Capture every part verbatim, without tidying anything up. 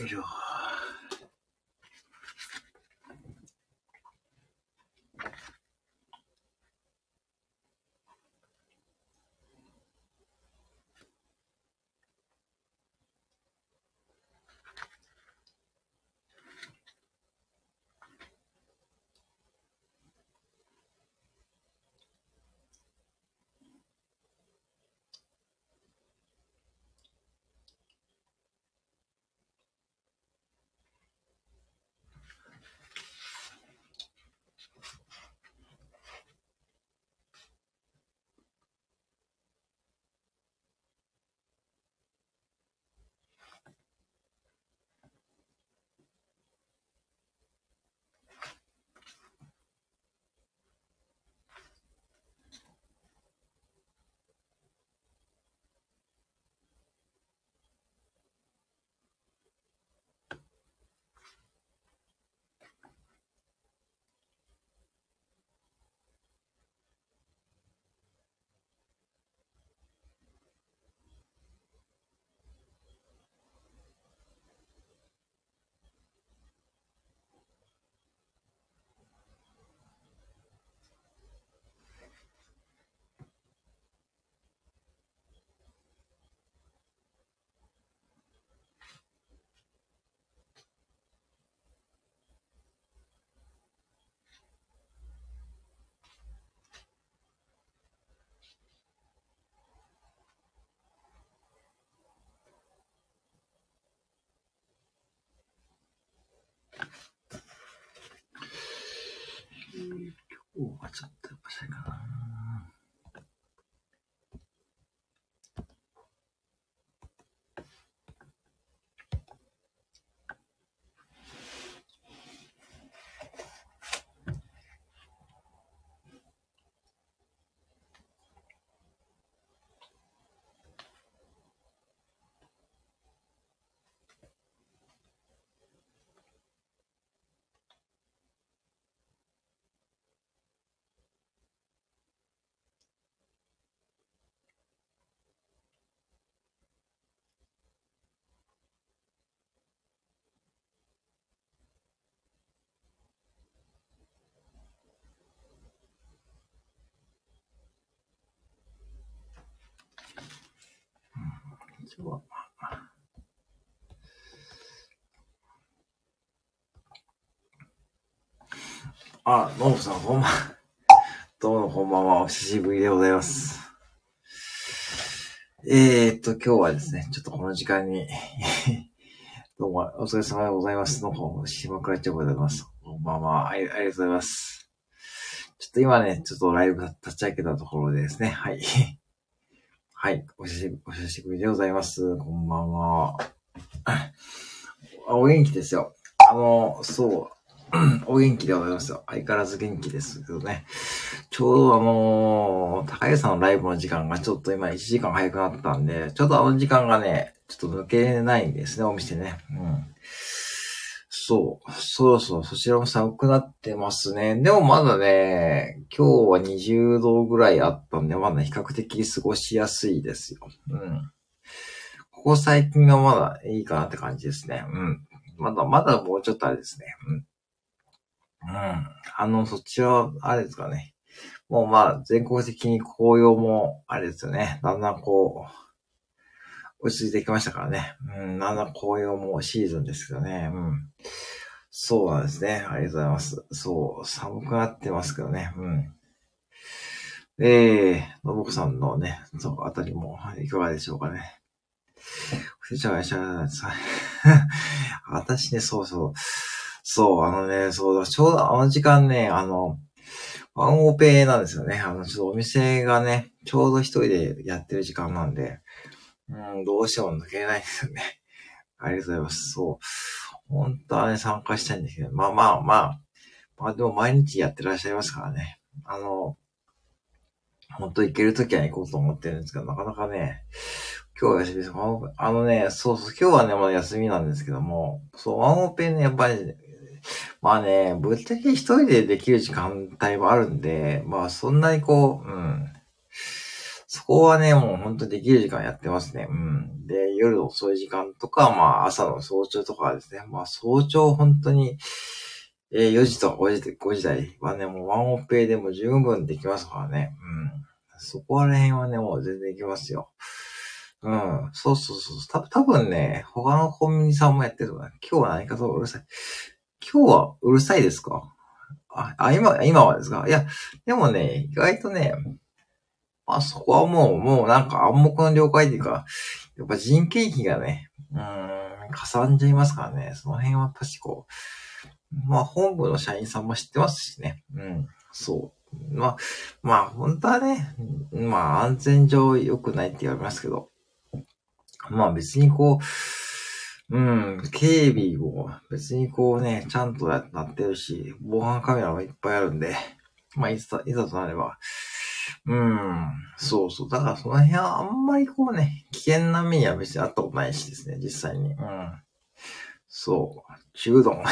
よいしょ。今日はちょっとやっぱしないかな。今日はあ、ノブさん、こんばん、どうもこんばんは。お久しぶりでございます。えーっと、今日はですね、ちょっとこの時間に、どうも、お疲れ様でございます。の方、島倉ちゃんでございます。こんばんは。あり、ありがとうございます。ちょっと今ね、ちょっとライブ立ち上げたところでですね、はい。はい、お久しぶり、お久しぶりでございます。こんばんは。お元気ですよ。あの、そう。お元気でございますよ。相変わらず元気ですけどね。ちょうどあのー、高橋さんのライブの時間がちょっと今いちじかん早くなったんで、ちょっとあの時間がね、ちょっと抜けないんですね、お店ね。うん。そう。そうそう。そちらも寒くなってますね。でもまだね、今日はにじゅうどぐらいあったんで、まだ比較的過ごしやすいですよ。うん。ここ最近はまだいいかなって感じですね。うん。まだまだもうちょっとあれですね。うん。うん。あの、そっちは、あれですかね。もうまあ、全国的に紅葉も、あれですよね。だんだんこう、落ち着いてきましたからね。うん。だんだん紅葉もシーズンですけどね。うん。そうなんですね。ありがとうございます。そう、寒くなってますけどね。うん。ええー、のぼくさんのね、そう、あたりも、いかがでしょうかね。ふちゃがしゃさ、私ね、そうそう。そう、あのね、そうだ、ちょうどあの時間ね、あの、ワンオペなんですよね。あの、ちょっとお店がね、ちょうど一人でやってる時間なんで、うん、どうしても抜けないんですよね。ありがとうございます。そう。本当はね、参加したいんですけど、まあまあまあ、まあでも毎日やってらっしゃいますからね。あの、本当行けるときは行こうと思ってるんですけど、なかなかね、今日は休みです。あのね、そうそう、今日はね、まだ休みなんですけども、そう、ワンオペね、やっぱり、ね、まあね、ぶっちゃけ一人でできる時間帯もあるんで、まあそんなにこう、うん、 そこはね、もう本当にできる時間やってますね。うん。で、夜の遅い時間とか、まあ朝の早朝とかはですね、まあ早朝本当に、えー、よじとかごじ、ごじ台はね、もうワンオペでも十分できますからね。うん。そこら辺はね、もう全然いけますよ。うん。そうそうそう。た多分ね、他のコンビニさんもやってるとか、今日は何かとうるさい。今日はうるさいですか？あ、あ、今、今はですか？いや、でもね、意外とね、まあそこはもう、もうなんか暗黙の了解っていうか、やっぱ人件費がね、うーん、かさんじゃいますからね。その辺は確かこう、まあ本部の社員さんも知ってますしね。うん、そう。まあ、まあ本当はね、まあ安全上良くないって言われますけど、まあ別にこう、うん、警備も別にこうね、ちゃんとやなってるし、防犯カメラもいっぱいあるんで、まあいざ、いざとなれば、うん、そうそう。だからその辺はあんまりこうね、危険な目には別にあったことないしですね、実際に。うん。そう。中丼。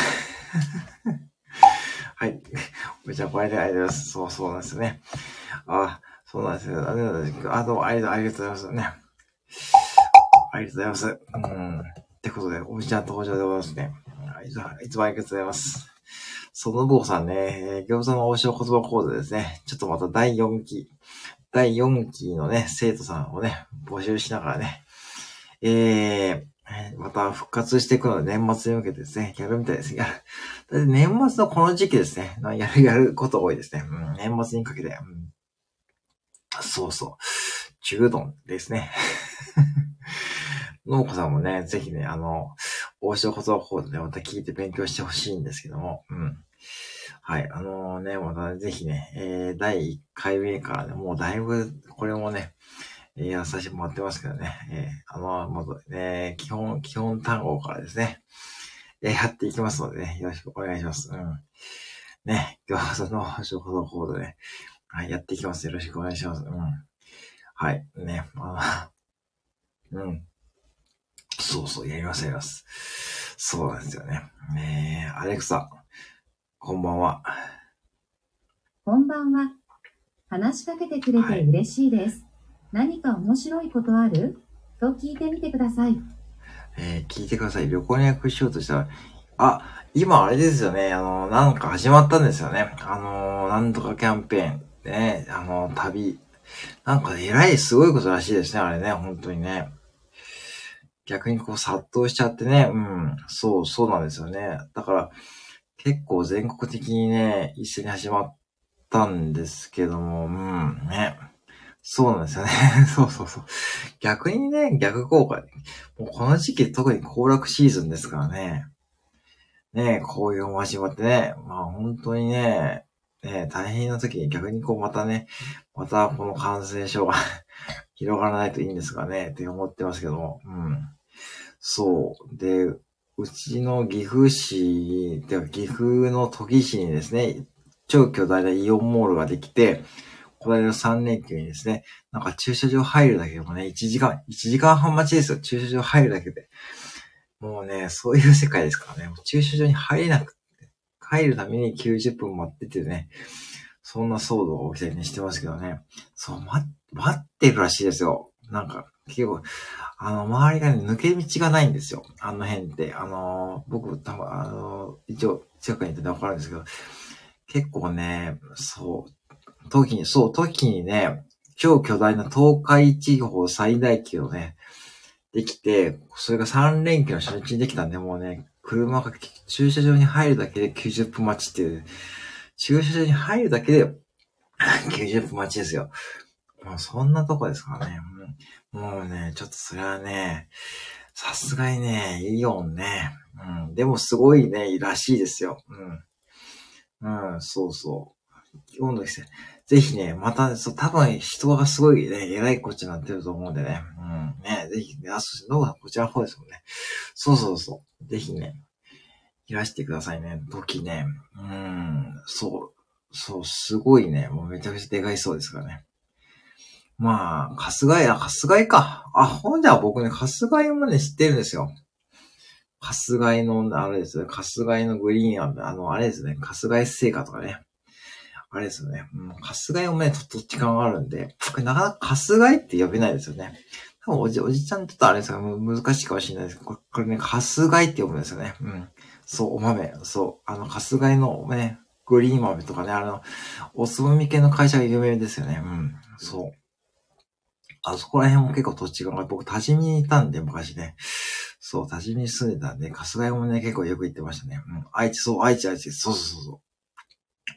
はい。じゃあ、これでありがとうございます。そう、そうなんですよね。あ、そうなんですよ。ありがとうございます。あ、どうもありがとう、ありがとうございますね。ありがとうございます。うん。ってことで、おみちゃん登場でございますね。いつも、いつもありがとうございます。その坊さんね、えー、餃子の王将言葉講座ですね。ちょっとまただいよんき、だいよんきのね、生徒さんをね、募集しながらね、えー、また復活していくので年末に向けてですね、やるみたいです。やる。だって年末のこの時期ですね、やる、やること多いですね。うん、年末にかけて。うん、そうそう。中丼ですね。農家さんもね、ぜひね、あの、王将言葉講座でまた聞いて勉強してほしいんですけども、うん。はい、あのー、ね、またぜひね、えー、だいいっかいめからね、もうだいぶ、これもね、えー、やらさせてもらってますけどね、えー、あの、まず、ね、基本、基本単語からですね、えー、やっていきますのでね、よろしくお願いします。うん。ね、餃子の王将言葉講座ね、はい、やっていきます。よろしくお願いします。うん。はい、ね、あの、うん。そうそう、やります、やります。そうなんですよね。ねえ、アレクサ、こんばんは。 こんばんは。話しかけてくれて嬉しいです。はい、何か面白いことある？と聞いてみてください。 えー、聞いてください。旅行に予約しようとしたら、あ、今あれですよね。あの、なんか始まったんですよね。あの、なんとかキャンペーン。ね、あの、旅。なんか、えらいすごいことらしいですね、あれね、本当にね。逆にこう殺到しちゃってね、うん、そう、そうなんですよね。だから、結構全国的にね、一斉に始まったんですけども、うん、ね。そうなんですよね。そうそうそう。逆にね、逆効果。もうこの時期特に行楽シーズンですからね。ね、紅葉も始まってね。まあ本当にね、ね、大変な時に逆にこうまたね、またこの感染症が広がらないといいんですがね、って思ってますけども。うん。そう。で、うちの岐阜市、では岐阜の土岐市にですね、超巨大なイオンモールができて、この間のさん連休にですね、なんか駐車場入るだけでもね、いちじかん、いちじかんはん待ちですよ。駐車場入るだけで。もうね、そういう世界ですからね。駐車場に入れなくて、入るためにきゅうじゅっぷん待っててね、そんな騒動が起きたりねしてますけどね。そう、待、待ってるらしいですよ。なんか、結構、あの、周りがね、抜け道がないんですよ。あの辺って。あの、僕、たぶん、あの、一応、近くにいてわかるんですけど、結構ね、そう、時に、そう、時にね、超巨大な東海地方最大級のね、できて、それがさん連休の初日にできたんで、もうね、車が駐車場に入るだけできゅうじゅっぷん待ちっていう、駐車場に入るだけできゅうじゅっぷん待ちですよ。もうそんなとこですからね。もうね、ちょっとそれはね、さすがにね、イオンね。うん。でもすごいね、らしいですよ。うん。うん、そうそう。今度ですね、ぜひね、また、そう、多分人がすごいね、偉いこっちゃなってると思うんでね。うん。ね、ぜひね、あ、そして、ノブさんこちらの方ですもんね。そうそうそう。ぜひね、いらしてくださいね。時ね。うん。そう。そう、すごいね。もうめちゃくちゃでかいそうですからね。まあ、春日井、あ、春日井か。あ、ほんじゃ僕ね、春日井もね、知ってるんですよ。春日井の、あれですね、春日井のグリーンは、あの、あれですね、春日井製菓とかね。 あれですよね。うん、春日井もね、土地感があるんで、これなかなか春日井って呼べないですよね。多分おじ、おじちゃんちょっとあれですが、難しいかもしれないですけど、これ、これね、春日井って呼ぶんですよね。うん。そう、お豆。そう。あの、春日井のね、グリーン豆とかね、あの、おつまみ系の会社が有名ですよね。うん。そう。あそこら辺も結構土地が、僕、多治見にいたんで、昔ね。そう、多治見に住んでたんで、春日井もね、結構よく行ってましたね。うん。愛知、そう、愛知、愛知、そうそうそうそう。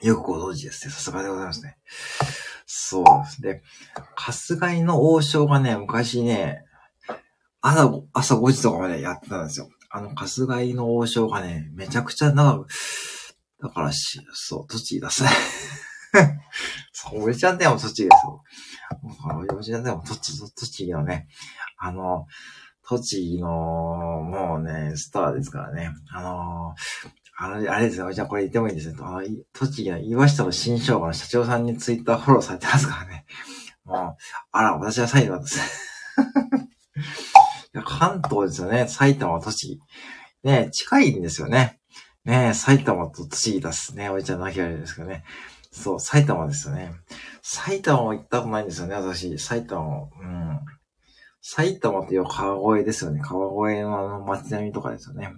よくご存知ですね。さすがでございますね。そうですね。春日井の王将がね、昔ね、朝、朝ごじとかまでやってたんですよ。あの、春日井の王将がね、めちゃくちゃ長く、だからし、そう、栃木だすね。そう、おじちゃんでも栃木ですよ。おじちゃんでも栃木、栃木のね、あの、栃木の、もうね、スターですからね。あの、あの、あれですよ。じゃあこれ言ってもいいんですよ。あの、栃木の岩下の新生姜の社長さんにツイッターフォローされてますからね。もう、あら、私は埼玉です。いや関東ですよね。埼玉、栃木。ね、近いんですよね。ね、埼玉と栃木だすね。おじちゃんの秋あれですけどね。そう、埼玉ですよね。埼玉も行ったことないんですよね、私。埼玉も。うん。埼玉という川越ですよね。川越のあの街並みとかですよね。うん。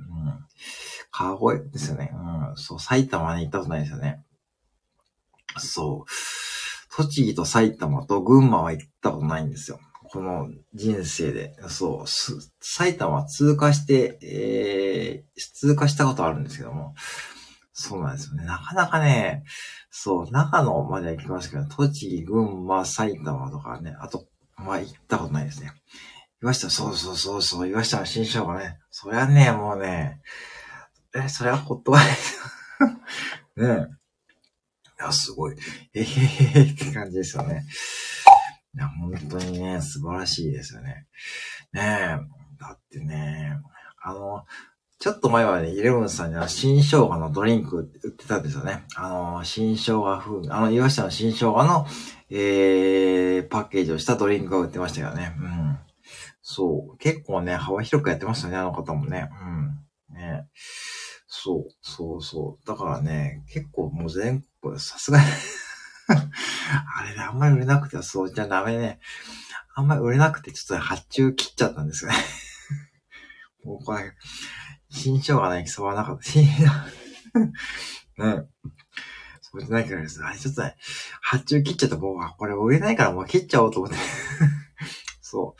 川越ですよね。うん。そう、埼玉に行ったことないですよね。そう。栃木と埼玉と群馬は行ったことないんですよ。この人生で。そう。埼玉通過して、えー、通過したことあるんですけども。そうなんですよね。なかなかね、そう、長野までは行きますけど、栃木、群馬、埼玉とかね、あと、まあ行ったことないですね。岩下、そうそうそうそう、岩下の新生姜ね。そりゃね、もうね、え、それはほっとかないですよ。ねえ。いや、すごい。えへへへって感じですよね。いや、本当にね、素晴らしいですよね。ねえ。だってね、あの、ちょっと前はね、イレブンさんには新生姜のドリンク売ってたんですよね。あの、新生姜風味、あの、岩下の新生姜の、えー、パッケージをしたドリンクが売ってましたよね。うん。そう。結構ね、幅広くやってましたね、あの方もね。うん。ね。そう、そうそう。だからね、結構もう全国、さすがにあれね、あんまり売れなくて、そう、じゃあダメね。あんまり売れなくて、ちょっと発注切っちゃったんですよね。もうこれ、新生姜の焼きそばはなかった。新生姜。ね。そうじゃないからです。あれちょっとね、発注切っちゃったもう、これ売れないからもう切っちゃおうと思って。そう。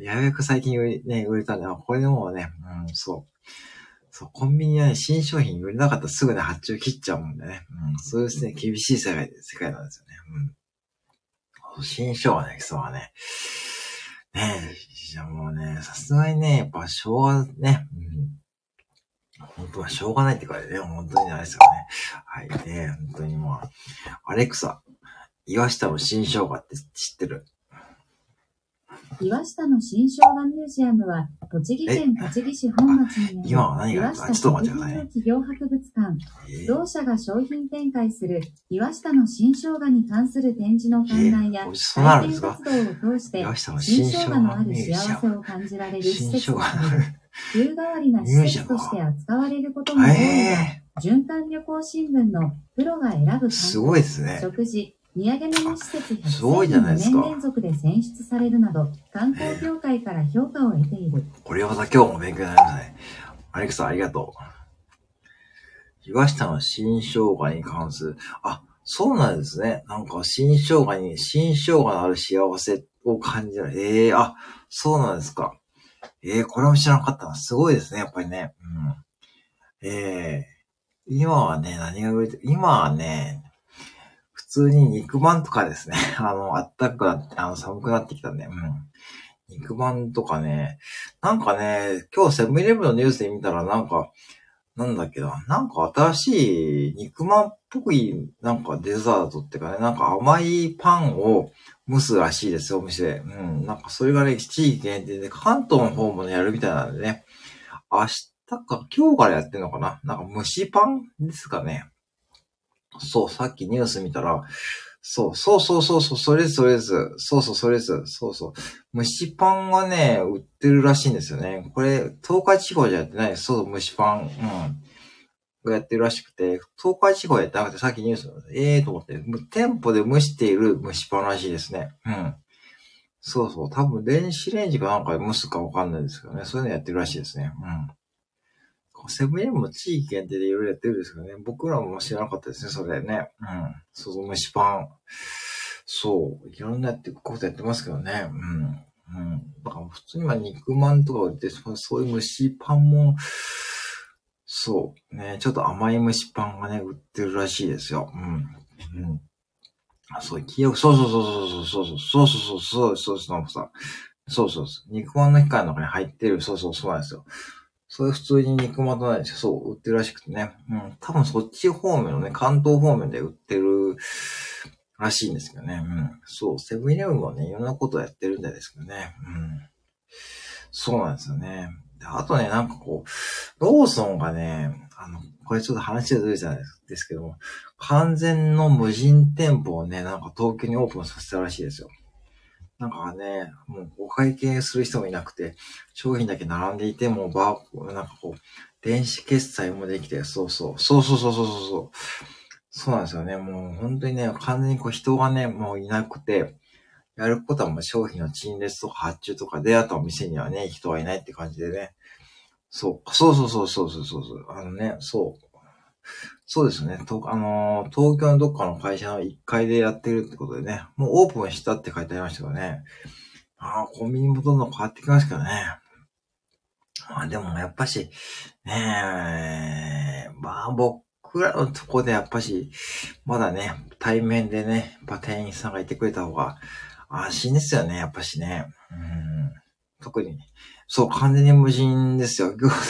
やべく最近売れ、ね、売れたんで、これでもうね、うん、そう。そう、コンビニはね、新商品売れなかったらすぐね、発注切っちゃうもんでね。うん、そういうですね、厳しい世界で、世界なんですよね。うん。新生姜の焼きそばはね、ねえ、じゃあもうね、さすがにね、やっぱ生姜ね、うん、本当はしょうがないって感じでね、本当にあれですよね。はいね、本当にもう、アレクサ、岩下の新生姜って知ってる？ 岩下の新生姜ミュージアムは、栃木県栃木市本町にある今は何が岩下食品の企業博物館。同社が商品展開する岩下の新生姜に関する展示の観覧や体験活動を通して、新生姜のある幸せを感じられる施設とされる。週替わりな施設として扱われることも多いが、循環旅行新聞のプロが選ぶ観光、食事、土産物施設ひゃくせんにねん連続で選出されるなど、観光業界から評価を得ている。 これはまた今日も勉強になりましたね。アレクサありがとう。岩下の新生姜に関する、あ、そうなんですね。なんか新生姜に、新生姜のある幸せを感じる。ええー、あ、そうなんですか。ええー、これも知らなかったな。すごいですね、やっぱりね。うん、ええー、今はね、何が売れて、今はね、普通に肉まんとかですね。あの、あったかくなって、あの、寒くなってきたんで、うん。肉まんとかね、なんかね、今日セブンイレブンのニュースで見たらなんか、なんだっけな、なんか新しい肉まんっぽいなんかデザートってかね、なんか甘いパンを蒸すらしいですよ、お店で。うん、なんかそれがね、地域限定で、関東の方もね、やるみたいなんでね、明日か今日からやってんのかな、なんか蒸しパンですかね。そう、さっきニュース見たら、そう、そうそうそうそう、それです、それです。そうそう、それです。そうそう。蒸しパンがね、売ってるらしいんですよね。これ、東海地方じゃやってないです。そう、蒸しパン。うん。 がやってるらしくて、東海地方やってなくてさっきニュースええーと思って、店舗で蒸している蒸しパンらしいですね。うん。そうそう。多分電子レンジかなんかで蒸すかわかんないですけどね。そういうのやってるらしいですね。うん。セブンイレブンも地域限定でいろいろやってるんですけどね。僕らも知らなかったですね、それね。うん。そうそう、蒸しパン。そう。いろんなやってことやってますけどね。うん。うん。だから普通にまあ肉まんとか売って、そういう蒸しパンも、そうね、ちょっと甘い蒸しパンがね、売ってるらしいですよ。うん。うん。あ、そう、記憶、そうそうそうそうそうそうそうそうそうそうそうそうそうそうそう肉まんの機械の中に入ってる、そうそうそうなんですよ。それ普通に肉まんなんですよ。そう、売ってるらしくてね。うん。多分そっち方面のね、関東方面で売ってるらしいんですけどね。うん。そう、セブンイレブンもね、いろんなことやってるんですけどね。うん。そうなんですよね。あとね、なんかこう、ローソンがね、あの、これちょっと話がずれじゃないですけども、完全の無人店舗をね、なんか東京にオープンさせたらしいですよ。なんかね、もうお会計する人もいなくて、商品だけ並んでいても、バー、なんかこう、電子決済もできて、そうそう、そうそうそうそうそう、そうなんですよね。もう本当にね、完全にこう人がね、もういなくて、やることはもう商品の陳列とか発注とかで、あとは店にはね、人はいないって感じでね。そう、そうそうそうそうそうそう、あのね、そう。そうですね。と、あのー、東京のどっかの会社のいっかいでやってるってことでね、もうオープンしたって書いてありましたよね。ああ、コンビニもどんどん変わってきますけどね。まあでもやっぱし、ねえ、まあ僕らのとこでやっぱし、まだね、対面でね、やっぱ店員さんがいてくれた方が安心ですよね、やっぱしね。うん、特に、そう、完全に無人ですよ。餃子、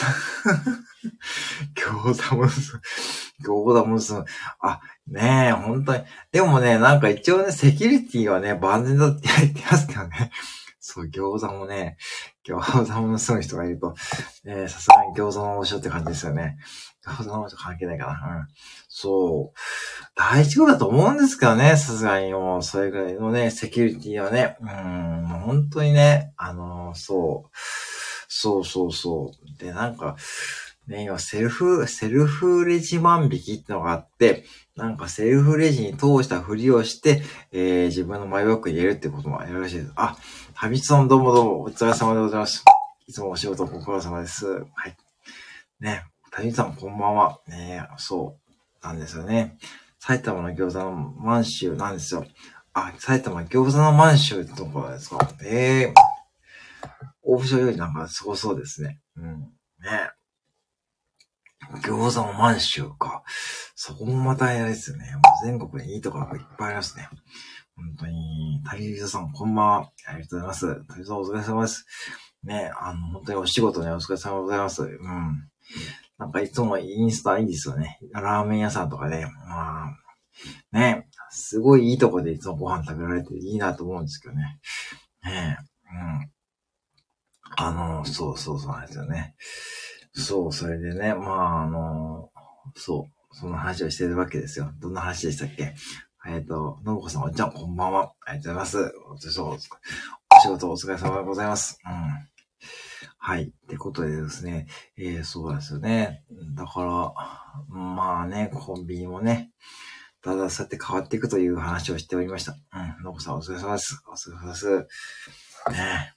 餃子もす、餃子もす、あ、ねえ、本当に。でもね、なんか一応ね、セキュリティはね、万全だって言ってますけどね。そう、餃子もね、餃子も盗む人がいると、えー、さすがに餃子の王将って感じですよね。餃子の王将関係ないかな。うん。そう。大丈夫だと思うんですけどね、さすがにもう、それぐらいのね、セキュリティはね、うん、もう本当にね、あのー、そう、そうそうそう。で、なんか、ね、今、セルフ、セルフレジ万引きってのがあって、なんかセルフレジに通したふりをして、えー、自分のマイバッグに入れるってこともやるらしいです。あ、タビツさんどうもどうも、お疲れ様でございます。いつもお仕事ご苦労様です。はい。ね、タビツさんこんばんは。ね、そうなんですよね。埼玉の餃子の満州なんですよ。あ、埼玉餃子の満州ってところですか。ええー。オフショーよりなんかすごそうですね。うん。ね。餃子の満州か。そこもまたあれですよね。もう全国にいいところがいっぱいありますね。本当に、旅人さんこんばんは。ありがとうございます。旅人さんお疲れ様です。ね、あの、本当にお仕事ね、お疲れ様でございます。うん。なんかいつもインスタいいですよね。ラーメン屋さんとかね。まあ、ね、すごいいいとこでいつもご飯食べられていいなと思うんですけどね。ねえ、うん。あの、そうそうそうなんですよね。そう、それでね、まあ、あの、そう、その話をしてるわけですよ。どんな話でしたっけ？えっと、のぶこさん、おっちゃん、こんばんは。ありがとうございます。そう、お仕事お疲れ様でございます。うん。はい。ってことでですね、えー、そうなんですよね。だから、まあね、コンビニもね、ただそうやって変わっていくという話をしておりました。うん。のぶさん、お疲れ様です。お疲れ様です。ね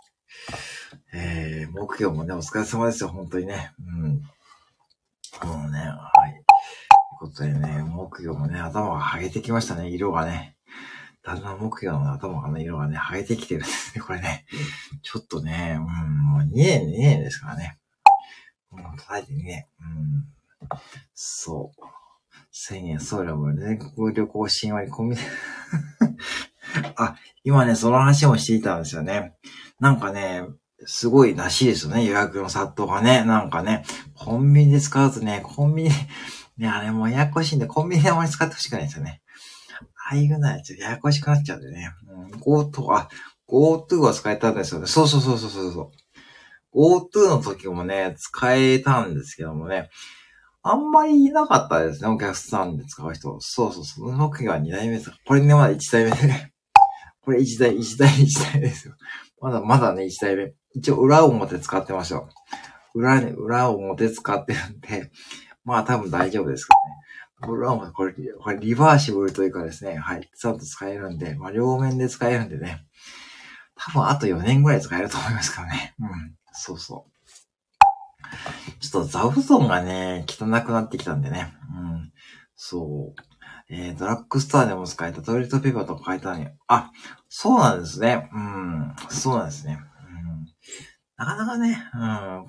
えー、木曜もね、お疲れ様ですよ、本当にね。うん。もうね、はい。ということでね、木曜もね、頭が剥げてきましたね、色がね。だんだん木曜の頭の色がね、剥げてきてるんですね、これね。ちょっとね、うん、もうにねん、にねんですからね。もう叩いてにねん。うん。そう。せんえん送料も全国旅行支援割込み。あ、今ね、その話もしていたんですよね。なんかね、すごいらしいですよね、予約の殺到がね。なんかね、コンビニで使うとね、コンビニ、ね、あれもややこしいんで、コンビニであまり使ってほしくないですよね。ああいうのやつややこしくなっちゃうんでね。うん、GoTo、あ、GoTo は使えたんですよね。そうそうそうそうそうそう。GoTo の時もね、使えたんですけどもね、あんまりいなかったですね、お客さんで使う人。そうそうそう。その時がにだいめです。これね、まだいちだいめでね。これいちだい、いちだい、いちだいですよ。まだまだね、いちだいめ。一応裏表使ってましたよ。裏ね、裏表使ってるんで、 まあ多分大丈夫ですからね。これはもうこれ、これリバーシブルというかですね、はい、ちゃんと使えるんで、まあ両面で使えるんでね、多分あとよねんぐらい使えると思いますからね。うん、そうそう。ちょっと座布団がね、汚くなってきたんでね、うん、そう。えー、ドラッグストアでも使えたトイレットペーパーとか買えたのに、あ、そうなんですね。うん、そうなんですね。うん、なかなかね、うん、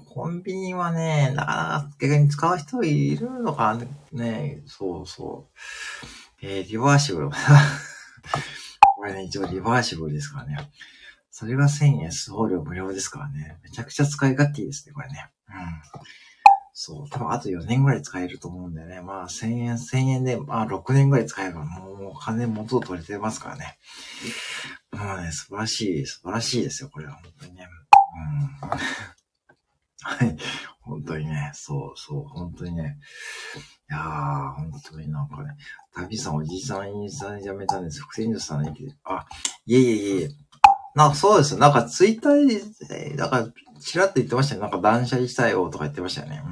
コンビニはね、なかなか逆に使う人いるのかね、そうそう。えー、リバーシブル。これね、一応リバーシブルですからね。それがせんえん送料無料ですからね。めちゃくちゃ使い勝手いいですね、これね。うん。そう。多分あとよねんぐらい使えると思うんでね。まあせんえん、せんえんで、まあろくねんぐらい使えばもう金元取れてますからね。もうね、素晴らしい、素晴らしいですよ、これは。本当にね。うん。はい。本当にね、そうそう、本当にね。いやー、本当になんかね、旅さんおじいさんインスタに辞めたんです。副店長さんの駅で。あ、いえいえいえ。なんかそうですよ。なんかツイッターで、なんか、ちらっと言ってましたよ。なんか断捨離したよとか言ってましたよね。うん。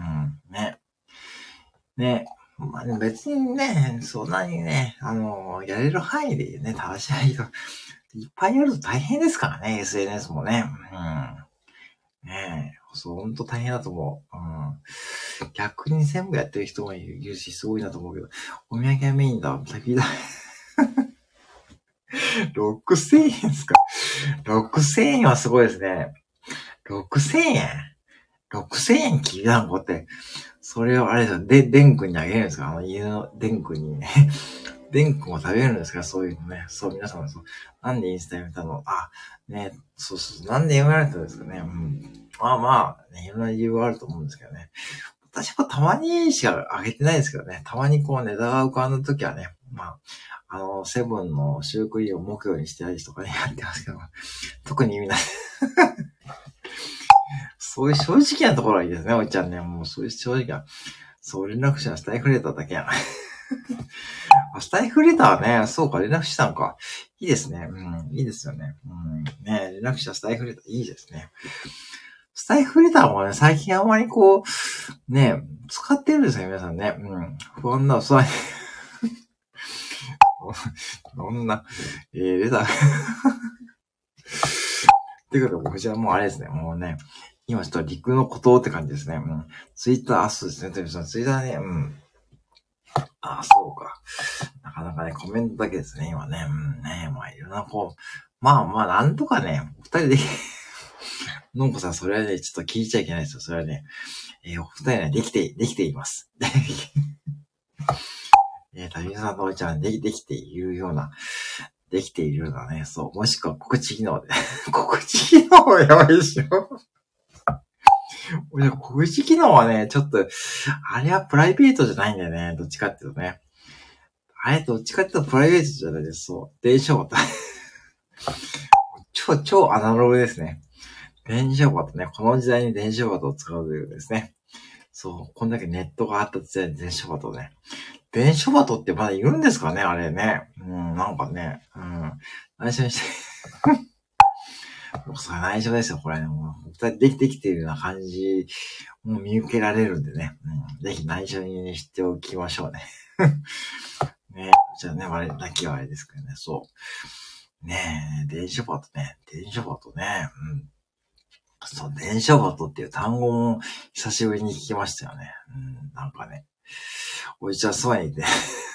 ね。ね。まあ、別にね、そんなにね、あの、やれる範囲でね、正しいと、いっぱいやると大変ですからね、エスエヌエス もね。うん。ねえ。そう、ほんと大変だと思う。うん。逆に全部やってる人もいるし、すごいなと思うけど、お土産メインだ、旅だ。ろくせんえんですか？ ろくせん 円はすごいですね。ろくせんえん ?ろくせん 円きびだんごって、それをあれですよ、で、デン君にあげるんですか？あの家のデン君にね。デン君も食べるんですか？そういうのね。そう、皆さんそう。なんでインスタやめたの？あ、ね、そうそう、なんでやめられたんですかね。うん。まあまあ、ね、いろんな理由はあると思うんですけどね。私はたまにしかあげてないですけどね。たまにこうネタが浮かんだ時はね、まあ、あの、セブンのシュークリームを目標にしてたりとかね、やってますけど、特に意味ない。そういう正直なところはいいですね、おいちゃんね。もうそういう正直な。そう、連絡したらスタイフレーターだけやな。スタイフレーターね、そうか、連絡したんか。いいですね。うん、いいですよね。うん、ね、連絡したスタイフレーター、いいですね。スタイフレーターもね、最近あんまりこう、ね、使ってるんですよ、皆さんね。うん。不安だ、そう。どんな、えー、レター。っていうことで、こちらもうあれですね、もうね、今ちょっと陸の孤島って感じですね。うん。ツイッター、あ、そうですね。ツイッターね、うん。あ、そうか。なかなかね、コメントだけですね、今ね。うんね、まあいろんなこう、まあまあなんとかね、お二人で、のんこさん、それはね、ちょっと聞いちゃいけないですよ。それはね、えー、お二人ね、できて、できています。えー、旅さんとおいちゃん、でき、できているような、できているようなね、そう、もしくは告知機能で。告知機能はやばいでしょ。告知機能はね、ちょっと、あれはプライベートじゃないんだよね。どっちかっていうとね。あれ、どっちかっていうとプライベートじゃないです。そう。電車バト。超、超アナログですね。電車バトね。この時代に電車バトを使うというですね。そう。こんだけネットがあった時代に電車バトね。電車バトってまだいるんですかねあれね。うん、なんかね。うん。内緒にして。もうそれ内緒ですよ、これね。もう、二人できてきているような感じ、もう見受けられるんでね。うん。ぜひ内緒にしておきましょうね。ね。じゃあね、あれだけはあれですけどね。そう。ねえ、電車バトね。電車バトね。うん。そう、電車バトっていう単語も久しぶりに聞きましたよね。うん、なんかね。おいちゃんそうにいて。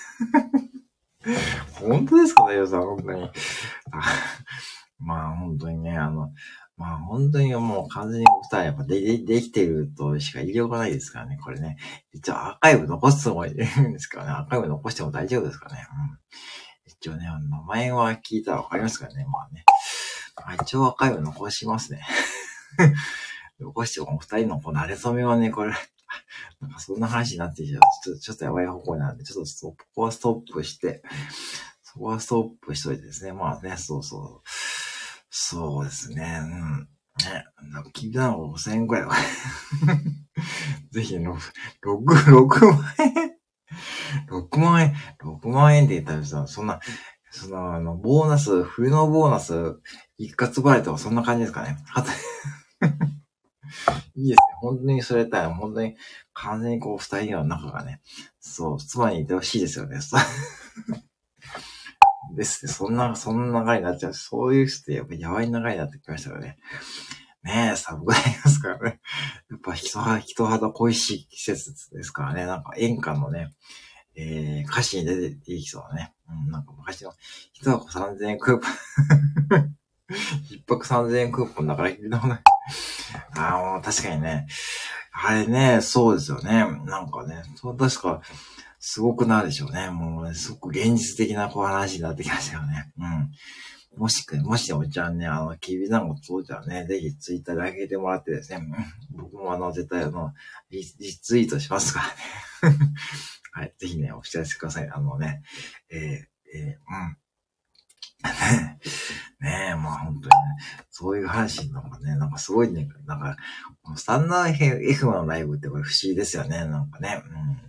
本当ですかね、ヨウさん、本当に。まあ、本当にね、あの、まあ、本当にもう完全にお二人やっぱで、で、できてるとしか言いようがないですからね、これね。一応アーカイブ残すのもいるんですからね、アーカイブ残しても大丈夫ですからね。うん、一応ね、名前は聞いたらわかりますからね、まあね。まあ、一応アーカイブ残しますね。残しても二人のこの慣れ初めはね、これ、なんかそんな話になってきちゃうと、ちょっと、ちょっとやばい方向なんで、ちょっとストップ、ここはストップして、そこはストップしといてですね。まあね、そうそう。そうですね。うん。ね。なんか聞いたのがごせんえんくらいは。ぜひ、ろく、ろく、ろくまん円 ?ろく 万円 ?ろく 万円って言ったらさ、そんな、その、あの、ボーナス、冬のボーナス、一括払いとかそんな感じですかね。あといいですね。 本当にそれたら、本当に完全にこう二人の仲がね、そう、妻にいてほしいですよね。ですね。そんな、そんな流れになっちゃう。そういう人ってやっぱやばい流れになってきましたよね。ねえ、寒くなりますからね。やっぱ人は、人肌恋しい季節ですからね。なんか演歌のね、えー、歌詞に出ていきそうだね。うん、なんか昔の、一箱さんぜんえんクーポン。一泊さんぜんえんクーポンだから聞いたもない。ああ、もう確かにね。あれね、そうですよね。なんかね、そう確か、すごくなるでしょうね。もうね、すごく現実的なこう話になってきましたよね。うん。もしく、もしおちゃんね、あの、きびだんご届いたらね、ぜひツイッターで上げてもらってですね、僕もあの、絶対あの、リ, リツイートしますからね。はい、ぜひね、お知らせください。あのね、えー、えー、うん。ねえ、まあ本当にね、そういう話なんかね、なんかすごいね、なんか、スタンダード エフエム のライブってこれ不思議ですよね、なんかね。うん、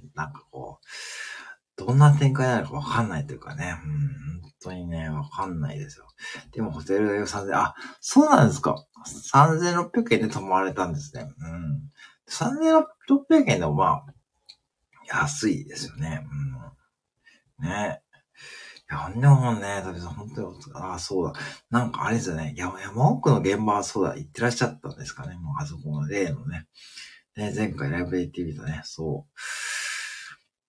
なんかこう、どんな展開になるかわかんないというかね、うん、本当にね、わかんないですよ。でもホテル代さんぜんえん、あ、そうなんですか。さんぜんろっぴゃくえんで泊まれたんですね。うん。さんぜんろっぴゃくえんでもまあ、安いですよね。うん。ね。いや、でもね、だけど本当に、ああ、そうだ。なんかあれですよね。山、山奥の現場はそうだ、行ってらっしゃったんですかね。もうあそこの例のね。ね、前回ライブで行ってみたね。そう。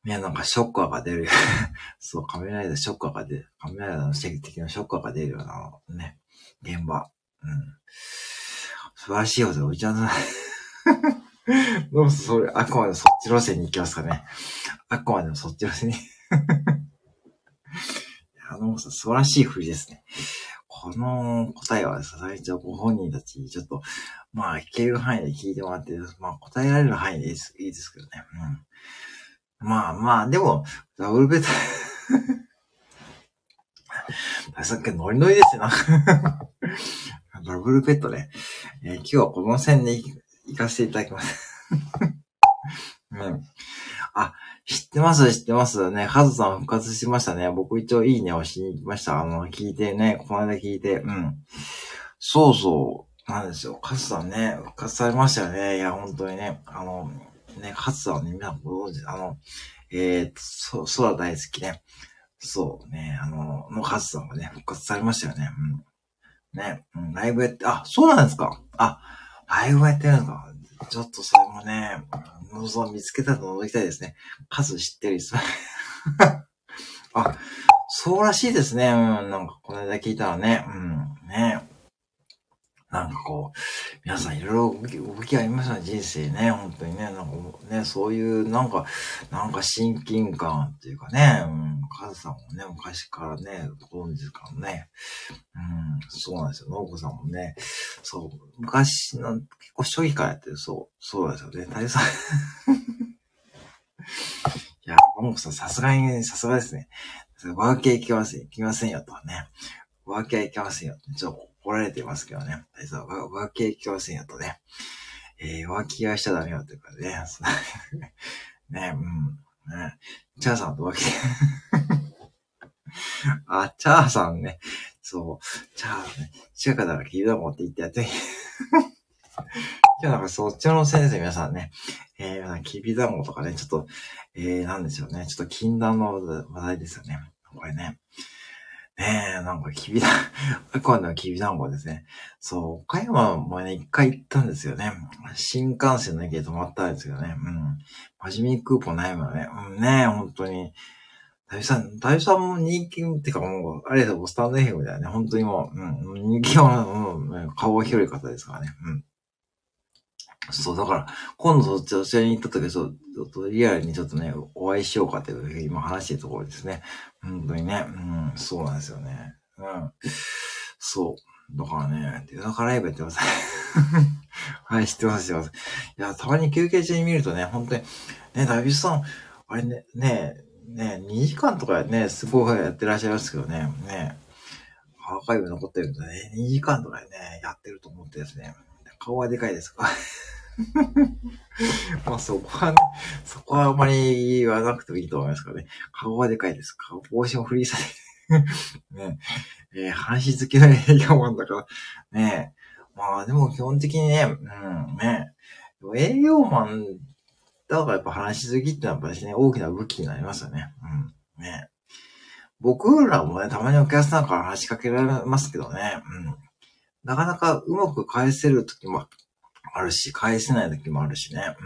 ね、なんかショッカーが出る。そう、カメライダーショッカーが出る。カメライダーの指摘的なショッカーが出るような、ね、現場。うん。素晴らしいよ、おいちゃんさん。どうもそれ、あくまでそっち路線に行きますかね。あくまでもそっち路線に。あの、素晴らしい振りですね。この答えはさすがにご本人たちにちょっと、まあ、聞ける範囲で聞いてもらって、まあ、答えられる範囲でいいです、いいですけどね。うん。まあまあ、でも、ダブルベッド、さっきノリノリですよな。ダブルベッドね。えー、今日はこの線で行かせていただきます。うん。あ、知ってます、知ってますね。カズさん復活しましたね。僕一応いいねをしに行きました。あの、聞いてね、この間聞いて、うん。そうそう、なんですよ。カズさんね、復活されましたよね。いや、本当にね、あの、ね、カズさんね、皆さんご存知、あの、えー、そ、空大好きね。そうね、あの、のカズさんがね、復活されましたよね。うん。ね、うん、ライブやって、あ、そうなんですか。あ、ライブやってるんですか。ちょっとそれもね、望見つけたら覗きたいですね。数知ってる人。あ、そうらしいですね。うん、なんかこの間聞いたらね。うん、ね。なんかこう、皆さんいろいろ動き、動きありますよね、人生ね。本当にね。なんかね、そういう、なんか、なんか親近感っていうかね。うん、カズさんもね、昔からね、ご存知ですからね。うん、そうなんですよ。ノーコさんもね、そう、昔の、結構初期からやってる、そう、そうですよね。大さん。いや、ノーコさんさすがに、さすがですね。ワーキャー行きません、行きませんよとね。ワーキャー行きませんよって、ちょっと怒られてますけどね。大さん、ワーキャー行きませんよとね。えー、ワーキャーしちゃダメよっていうかね。ね、うん。ね、チャーさんとワーキャー。あ、チャーさんね。そう、チャーね。近くだからきびだんごって言ってやって。今日なんかそっちの先生皆さんね、えー、きびだんごとかね、ちょっと、えー、なんでしょうね。ちょっと禁断の話題ですよね。これね。ねえ、なんかきびだん、あくまでもきびだんごですね。そう、岡山もね、一回行ったんですよね。新幹線の駅で泊まったんですけどね。うん。真面目にクーポンないもんね。うんね、本当に。大さん、大さんも人気ってかもう、あれだ、スタンド エフエム だよね。本当にもう、うん、人気は、うん、顔が広い方ですからね。うん。そう、だから、今度そちらに行った時は、ちょっとリアルにちょっとね、お会いしようかという、今話してるところですね。本当にね。うん、そうなんですよね。うん。そう。だからね、手高ライブやってます。はい、知ってます、知ってます。いや、たまに休憩中に見るとね、本当に、ね、ダビスさん、あれね、ね、ね、にじかんとかね、すごいやってらっしゃいますけどね、ね、アーカイブ残ってるんでね、にじかんとかでね、やってると思ってですね、顔はでかいですかまあそこはね、そこはあまり言わなくてもいいと思いますからね。顔はでかいです。顔、帽子もフリーされてね、えー、話し好きな映画もんだから、ね。まあでも基本的にね、うん、ね。 営業マン、だからやっぱ話し好きってのはやっぱりね、大きな武器になりますよね。うん。ね。僕らもね、たまにお客さんから話しかけられますけどね。うん。なかなかうまく返せる時もあるし、返せない時もあるしね。うん。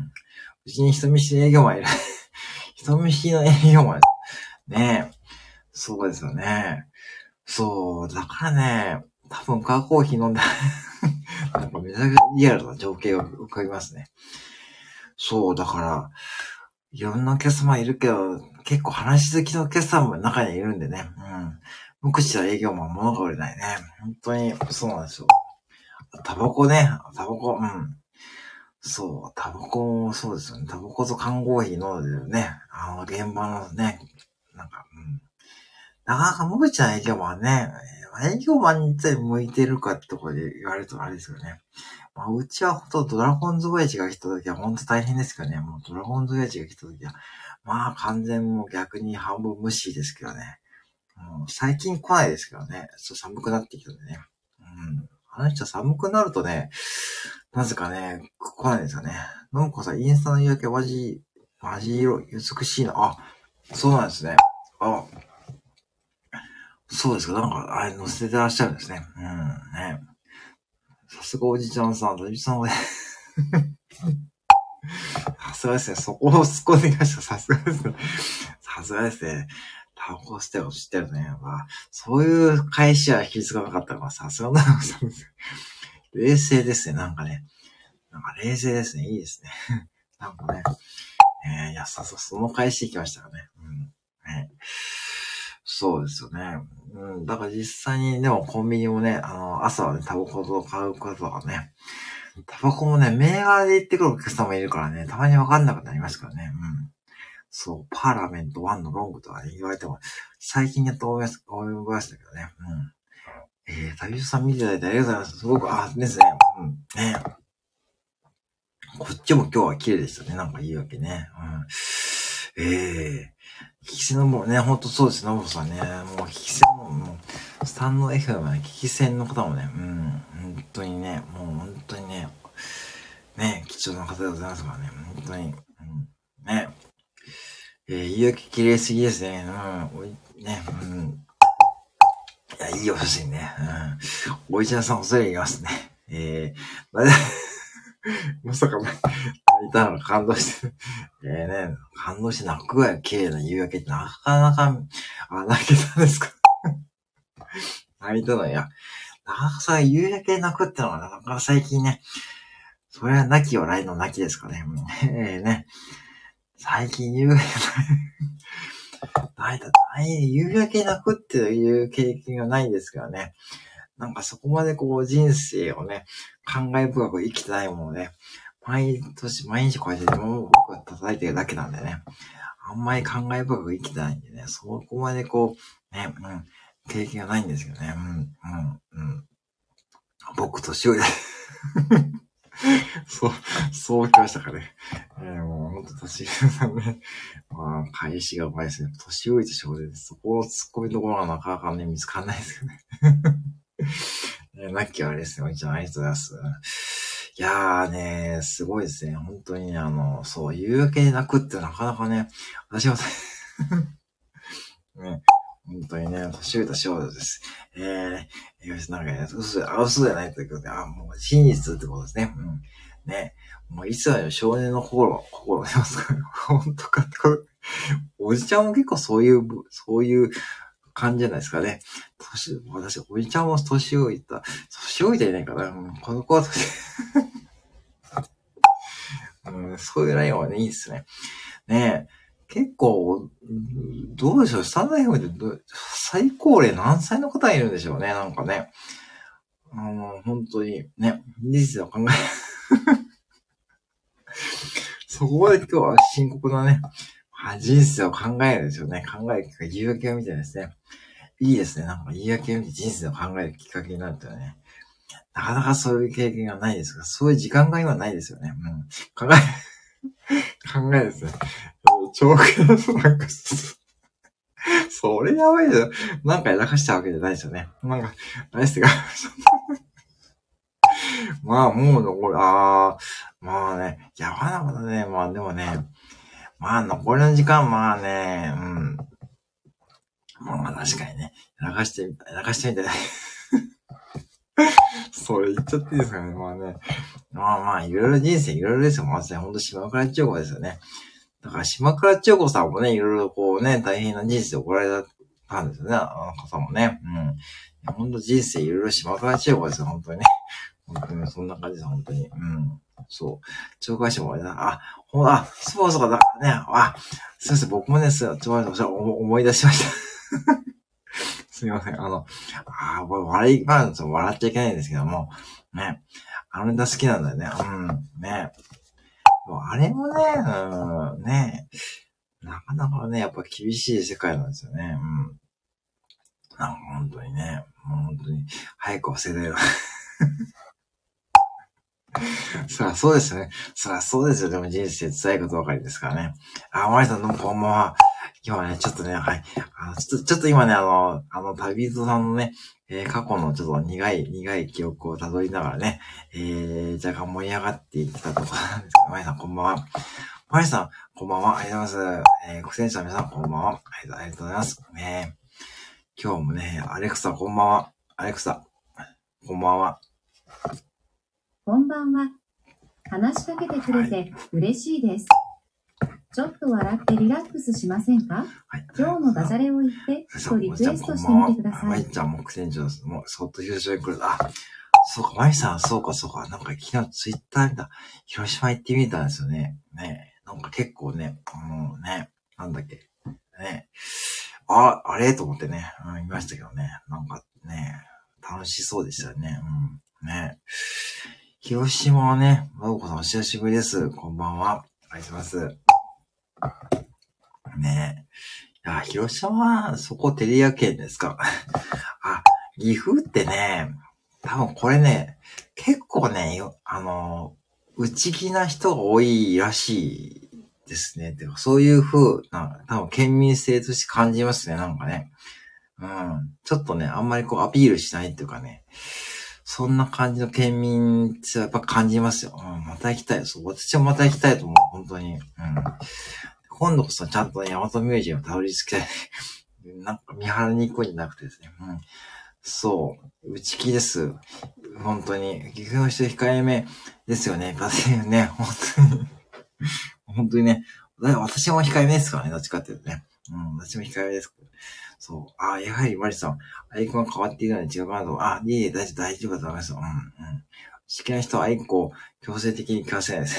うちに人見知り営業マンいる。人見知りの営業マン。ねえ。そうですよね。そう。だからね、多分カーコーヒー飲んだ。なんかめちゃくちゃリアルな情景が浮かびますね。そう、だから、いろんなお客様いるけど、結構話し好きのお客様も中にいるんでね。うん。無口な営業マン物が売れないね。本当に、そうなんですよ。タバコね。タバコ、うん。そう、タバコもそうですよね。タバコと缶コーヒー飲んでるね。あの、現場のね、なんか、うん。なかなか無口な営業マンね、営業マンについて向いてるかってところで言われるとあれですよね。まあ、うちはほんとドラゴンズ親父が来た時はほんと大変ですけどね。もうドラゴンズ親父が来た時は、まあ完全もう逆に半分無視ですけどね。うん、最近来ないですけどね。ちょっと寒くなってきたんでね。うん。あの人寒くなるとね、なぜかね、来ないんですよね。なんかさ、インスタの夕焼けマジ、マジ色、美しいな。あ、そうなんですね。あ、そうですか。なんか、あれ載せてらっしゃるんですね。うん、ね。さすがおじちゃんさん、おじさんは、さすがですね。そこを突っ込んできました。さすがですね。さすがですね。タバコ捨てを知ってるね。まあ、そういう返しは気づかなかったのがさすがなのさんです。冷静ですね。なんかね。なんか冷静ですね。いいですね。なんかね。えー、いや、さそ、その返しきましたかね。うん。ね。そうですよね。うん。だから実際に、でもコンビニもね、あの、朝はね、タバコと買うことがね、タバコもね、銘柄で言ってくるお客さんもいるからね、たまにわかんなくなりますからね。うん。そう、パーラメントワンのロングとかね、言われても、最近やっと思いました、思いましたけどね。うん。えー、旅人さん見ていただいてありがとうございます。すごく、あ、ですね。うん。ね。こっちも今日は綺麗でしたね。なんかいいわけね。うん。ええー。聞き戦のもね、ほんとそうですね、ノブさんね。もう聞き戦も、もう、スタンド エフエム ね、聞き戦の方もね、うん、本当にね、もう本当にね、ね、貴重な方でございますからね、本当に、うん、ね。えー、夕焼け綺麗すぎですね。うん、おい、ね、うん。いや、いいお写真ね。うん。おいちゃんさん恐れ入りますね。えー、まさかね、泣いたの感動して、えーね、感動して泣くぐらい綺麗な夕焼けってなかなか、あ、泣けたんですか泣いたの、いや、なかなかさ、夕焼け泣くってのはなかなか最近ね、それは泣き笑いの泣きですかね。えー、ね、最近夕焼け泣いた、夕焼け泣くっていう経験がないんですがね、なんかそこまでこう人生をね、感慨深く生きてないものね、毎年、毎日こうやっても僕は叩いてるだけなんでね、あんまり考え深く生きてないんでね、そこまでこう、ね、うん、経験がないんですけどね、うん、うん、うん。僕、年寄りだ。そう、そうきましたかね。えー、もう、ほんと、年寄りさんね。まあ、返しがうまいですね。年寄りと少年です。そこを突っ込みどころがなかなかね、見つかんないですよね。えー、なっきはあれですね。おいちゃん、ありがとうございます。いやーね、すごいですね。本当にね、あの、そう、夕焼けで泣くってなかなかね、私は、ね、本当にね、年上と少女です。えー、よし、なんかね、嘘、あ、嘘じゃないということで、あ、もう真実ってことですね。うん。ね、もういつまでも少年の心、心を出ますから、本当かってこと。おじちゃんも結構そういう、そういう感じじゃないですかね。年、私、おじちゃんも年老いた、年老いていないかな。うん、この子は年、うん、そういうラインはね、いいですね。ねえ。結構、どうでしょう、スタンド エフエム で最高齢何歳の方いるんでしょうね、なんかね。あの、本当に、ね、人生を考え、そこまで今日は深刻なね、人生を考えるんですよね。考えるきっかけ、夕焼けを見てですね。いいですね、なんか夕焼けを見て人生を考えるきっかけになるとね。なかなかそういう経験がないですが、そういう時間が今ないですよね。うん、考え、考えですね。長期だとなんか、それやばいじゃん。なんかやらかしたわけじゃないですよね。なんか、あれですが、 まあ、もう残り、ああ、まあね、やばなことね、まあでもね、まあ残りの時間、まあね、うん。まあ確かにね、流してみたい、流してみたい。それ言っちゃっていいですかね、まあね。まあまあ、いろいろ人生いろいろですよ、まずね、ほんと島倉千代子ですよね。だから島倉千代子さんもね、いろいろこうね、大変な人生を送られたんですよね、あの方もね。うん。ほんと人生いろいろ島倉千代子ですよ、本当にね。本当にそんな感じです、本当に。うん。そう。懲戒者もあれだ。あ、ほんあ、そうそうか、だからね、あ、すいません、僕もね、す、ちょっと思い出しました。すみません、あの、ああ、これ笑い、まあ、笑っちゃいけないんですけども、ね、あのネタ好きなんだよね。うん、ね。あれもね、うん、ね、なかなかね、やっぱ厳しい世界なんですよね。うん。なんか本当にね、もう本当に、早く忘れたよ。そりゃそうですよね。そりゃそうですよ。でも人生辛いことばかりですからね。あ、マリさんどうもこんばんは。今日はね、ちょっとね、はい。あの、ちょっと、ちょっと今ね、あの、あの、旅人さんのね、えー、過去のちょっと苦い、苦い記憶を辿りながらね、えー、若干盛り上がっていったところなんですけど、マリさんこんばんは。マリさん、こんばんは。ありがとうございます。えー、ご選手の皆さんこんばんは。ありがとうございます。ね、今日もね、アレクサこんばんは。アレクサ、こんばんは。 こんばんは。話しかけてくれて嬉しいです。はい、ちょっと笑ってリラックスしませんか？はい、今日もダジャレを言ってとリクエストしてみてください。 まいちゃんも苦戦中です。もうそっと広島に来る。あ、そうか、まいさん、そうか、そうか。なんか昨日ツイッター見た。広島行ってみたんですよね。ね。なんか結構ね、もうね、なんだっけ。ね。あ、あれと思ってね、うん、見ましたけどね。なんかね、楽しそうでしたよね。うん。ね。広島はね、まどこさんお久しぶりです。こんばんは。お願いします。ねえ。いや、広島は、そこ照り焼けんですか。あ、岐阜ってね、多分これね、結構ね、あの、内気な人が多いらしいですね。てかそういう風な、多分県民性として感じますね、なんかね。うん。ちょっとね、あんまりこうアピールしないっていうかね。そんな感じの県民ってやっぱ感じますよ。うん、また行きたい。そう、私もまた行きたいと思う。本当に。うん。今度こそちゃんとね、大和ミュージアムたどり着きたい。なんか見張りに行くんじゃなくてですね。うん。そう。内気です。本当に。岐阜の人控えめですよね。だってね、本当に。本当にね。私も控えめですからね。どっちかっていうとね。うん。私も控えめです。そう。あ、やはりマリさん、アイコンが変わっているのに違うかなと。あ、いえいえ、大丈夫、大丈夫だと思います。うん、うん。好きな人はアイコンを強制的に聞かせないです。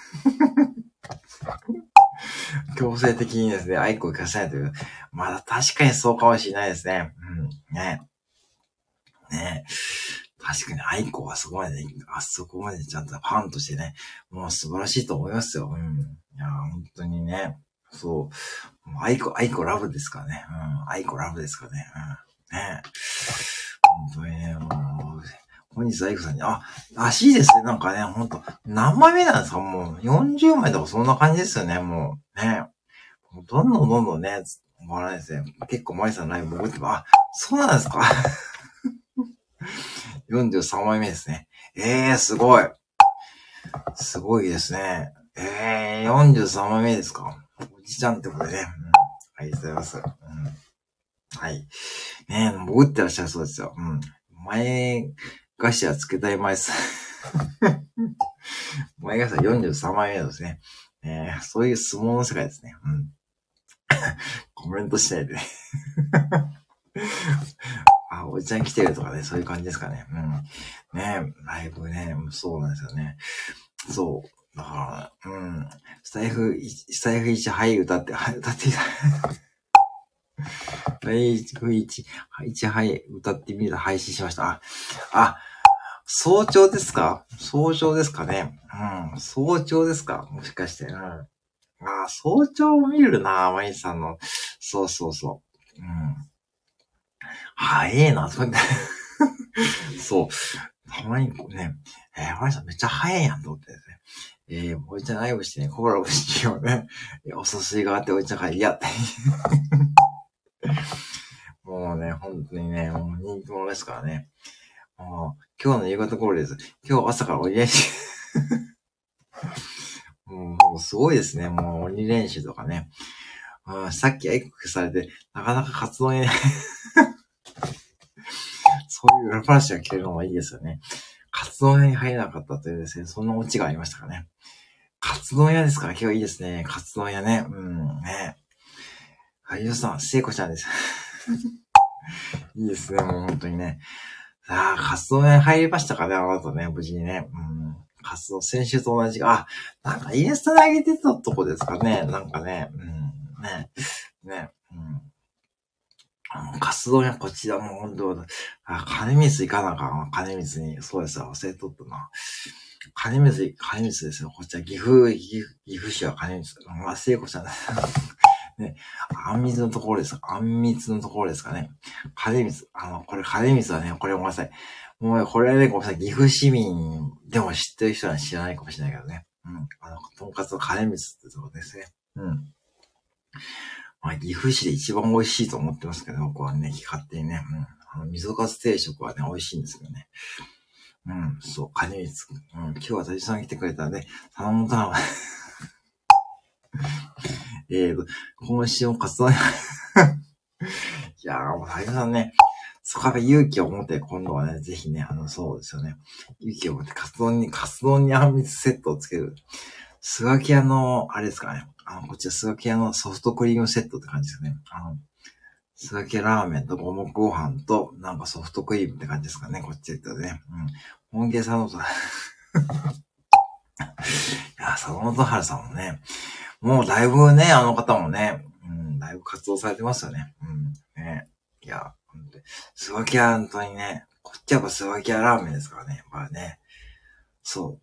強制的にですね、アイコンを聞かせないという。まだ確かにそうかもしれないですね。うん。ね。ね。確かにアイコンはそこまで、あそこまでちゃんとファンとしてね、もう素晴らしいと思いますよ。うん。いや、本当にね。そう。アイコ、アイコラブですからね。うん。アイコラブですからね。うん。ね。本当にね、もう、本日アイコさんに、あ、らしいですね。なんかね、ほんと、何枚目なんですか？もう、よんじゅうまいとかそんな感じですよね。もう、ね。もうどんどんどんどんね、終わらないですね。結構マリさんのライブ覚えてば、あ、そうなんですかよんじゅうさんまいめですね。えー、すごい。すごいですね。えー、よんじゅうさんまいめですか？おじちゃんってことでね。うん、ありがとうございます。うん、はい。ねえ、潜ってらっしゃるそうですよ。うん。前頭つけたい前さ。前頭よんじゅうさんまいめですね。えー、そういう相撲の世界ですね。うん。コメントしないでね。あ、おじちゃん来てるとかね、そういう感じですかね。うん。ねえ、ライブね、そうなんですよね。そう。だから、うん。スタイフ、スタイフいち、はい、歌って、はい、歌っていた。スタイフいち、いち、はい、歌ってみる配信しました。あ、あ、早朝ですか？早朝ですかね。うん。早朝ですか？もしかして。うん。あ、早朝を見るな、マイさんの。そうそうそう。うん。早えな、それで。そう。たまにこうね、えー、マイさんめっちゃ早いやんと思ってですね。えー、おいちゃんライブしてね、コラボしようね。おすすめがあっておいちゃんから、いやって。もうね、本当にね、もう人気者ですからね。 あ今日の夕方頃です。今日朝から鬼練習。もうすごいですね。もう鬼練習とかね。あさっきエックされて、なかなか活動に、そういう裏話が聞けるのもいいですよね。活動屋に入れなかったというですね、そんなオチがありましたかね。活動屋ですから今日いいですね。活動屋ね。うんね。はい、ゆうさん、聖子ちゃんです。いいですね、もう本当にね。ああ、活動に入りましたかね、あなたね、無事にね。うん、活動、先週と同じ、あ、なんかインスタで上げてたとこですかね、なんかね、うん、ね、ね、うん。活動やこちらも本当、あ、金光行かなあかん、金光に、そうですよ、忘れとったな。金光、金光ですよ、こっちは岐阜、岐阜、岐阜市は金光、まあ、聖子ちゃんね、あんみつのところです。あんみつのところですかね。金光。あの、これ金光はね、これごめんなさい。もう、これはね、ごめんなさい。岐阜市民でも知ってる人は知らないかもしれないけどね。うん。あの、とんかつの金光ってところですね。うん。まあ、岐阜市で一番美味しいと思ってますけど、僕はね、勝手にね。うん。あの、味噌カツ定食はね、美味しいんですけどね。うん。そう、金光。うん。今日はたじさん来てくれたんで、頼むとは、えーと、今週も活動に、いやー、もう、たじさんね、そこは勇気を持って、今度はね、ぜひね、あの、そうですよね。勇気を持って、活動に、活動にあんみつセットをつける。スガキ屋の、あれですかね。あの、こっちはスガキ屋のソフトクリームセットって感じですね。あの、スガキ屋ラーメンと五目ご飯と、なんかソフトクリームって感じですかね。こっちで言ったらね。うん。本家さんのと、いや、佐野元春さんもね、もうだいぶね、あの方もね、うん、だいぶ活動されてますよね。うん。ね。いや、スガキ屋本当にね、こっちはやっぱスガキ屋ラーメンですからね。やっぱね。そう。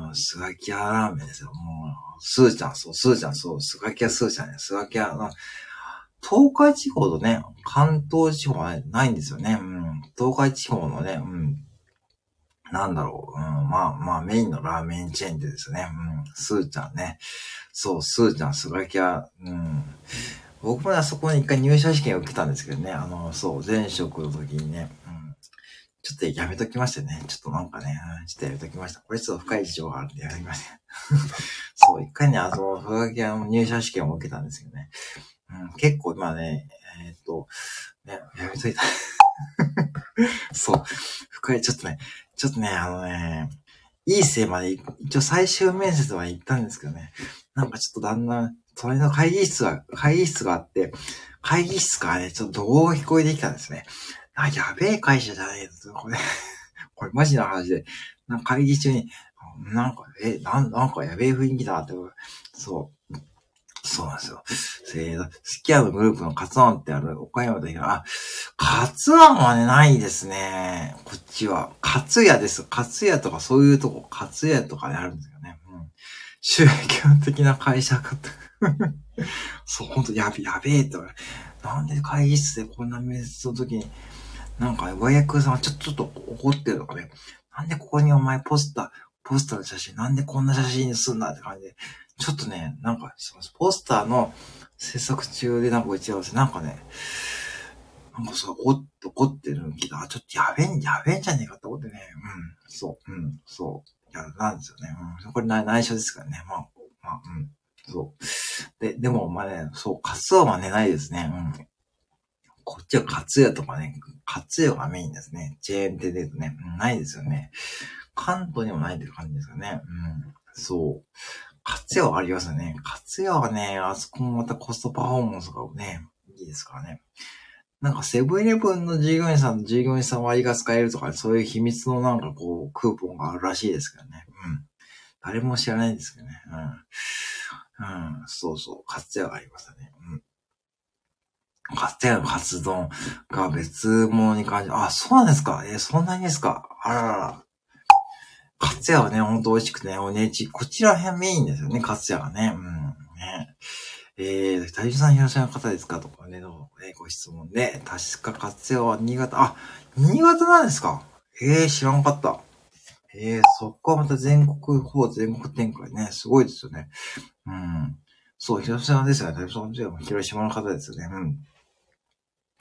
うん、スガキ屋ラーメンですよ。もう、スーちゃん、そう、スーちゃん、そう、スガキ屋スーちゃんね。スガキ屋の、東海地方とね、関東地方はないんですよね。うん。東海地方のね、うん。なんだろう。うん、まあまあメインのラーメンチェーンでですね。うん。スーちゃんね。そう、スーちゃん、スガキ屋、うん。僕もあそこに一回入社試験を受けたんですけどね。あの、そう、前職の時にね。うん。ちょっとやめときましてね。ちょっとなんかね、うん、ちょっとやめときました。これちょっと深い事情があるんでやめときました。そう、一回ね、あの、スガキ屋の入社試験を受けたんですけどね。うん、結構今ね、えー、っと、ね、やめといた。そう、深い、ちょっとね、ちょっとね、あのね、いい生まで、一応最終面接まで行ったんですけどね、なんかちょっとだんだん、隣の会議室が、会議室があって、会議室からね、ちょっと動画が聞こえてきたんですね。あ、やべえ会社じゃないです。これ、これマジな話で、なんか会議中に、なんか、え、なん、なんかやべえ雰囲気だって、そう。そうなんですよ。えー、スキヤのグループのカツアンってある岡山だけど、あ、カツアンはね、ないですね。こっちは。カツヤです。カツヤとかそういうとこ、カツヤとかであるんですよね。うん。宗教的な会社かと。そう、ほんとやべ、やべえって。なんで会議室でこんな面接の時に、なんか上役さんはちょ、ちょっと怒ってるのかね。なんでここにお前ポスター、ポスターの写真、なんでこんな写真にすんだって感じで。ちょっとね、なんか、そのポスターの制作中でなんか打ち合わせ、なんかね、なんかそう、おっと怒ってるの聞いたら、ちょっとやべえん、やべえんじゃねえかって思ってね、うん、そう、うん、そう、いや、なんですよね、うん、これ内緒ですからね、まあ、まあ、うん、そう。で、でも、まあね、そう、カツオはね、ないですね、うん。こっちはカツヤとかね、カツヤがメインですね。チェーン店で言うとね、うん、ないですよね。関東にもないっていう感じですよね、うん、そう。カツヤはありますよね。カツヤはね、あそこもまたコストパフォーマンスがね、いいですからね。なんかセブンイレブンの従業員さん、従業員さん割が使えるとか、そういう秘密のなんかこう、クーポンがあるらしいですけどね。うん。誰も知らないんですけどね。うん。うん。そうそう。カツヤがありますよね。うん。カツヤのカツ丼が別物に感じ、あ、そうなんですか。えー、そんなにですか。あららら。カツヤはね、ほんと美味しくてね、おねち、こちら辺メインですよね、カツヤがね。うん。ね。えー、大樹さん広島の方ですかとかね、の、えー、ご質問で、確かカツヤは新潟、あ、新潟なんですか。えー、知らんかった。えー、そこはまた全国方、全国展開ね、すごいですよね。うん。そう、広島ですよね。大樹さんは広島の方ですよね。うん。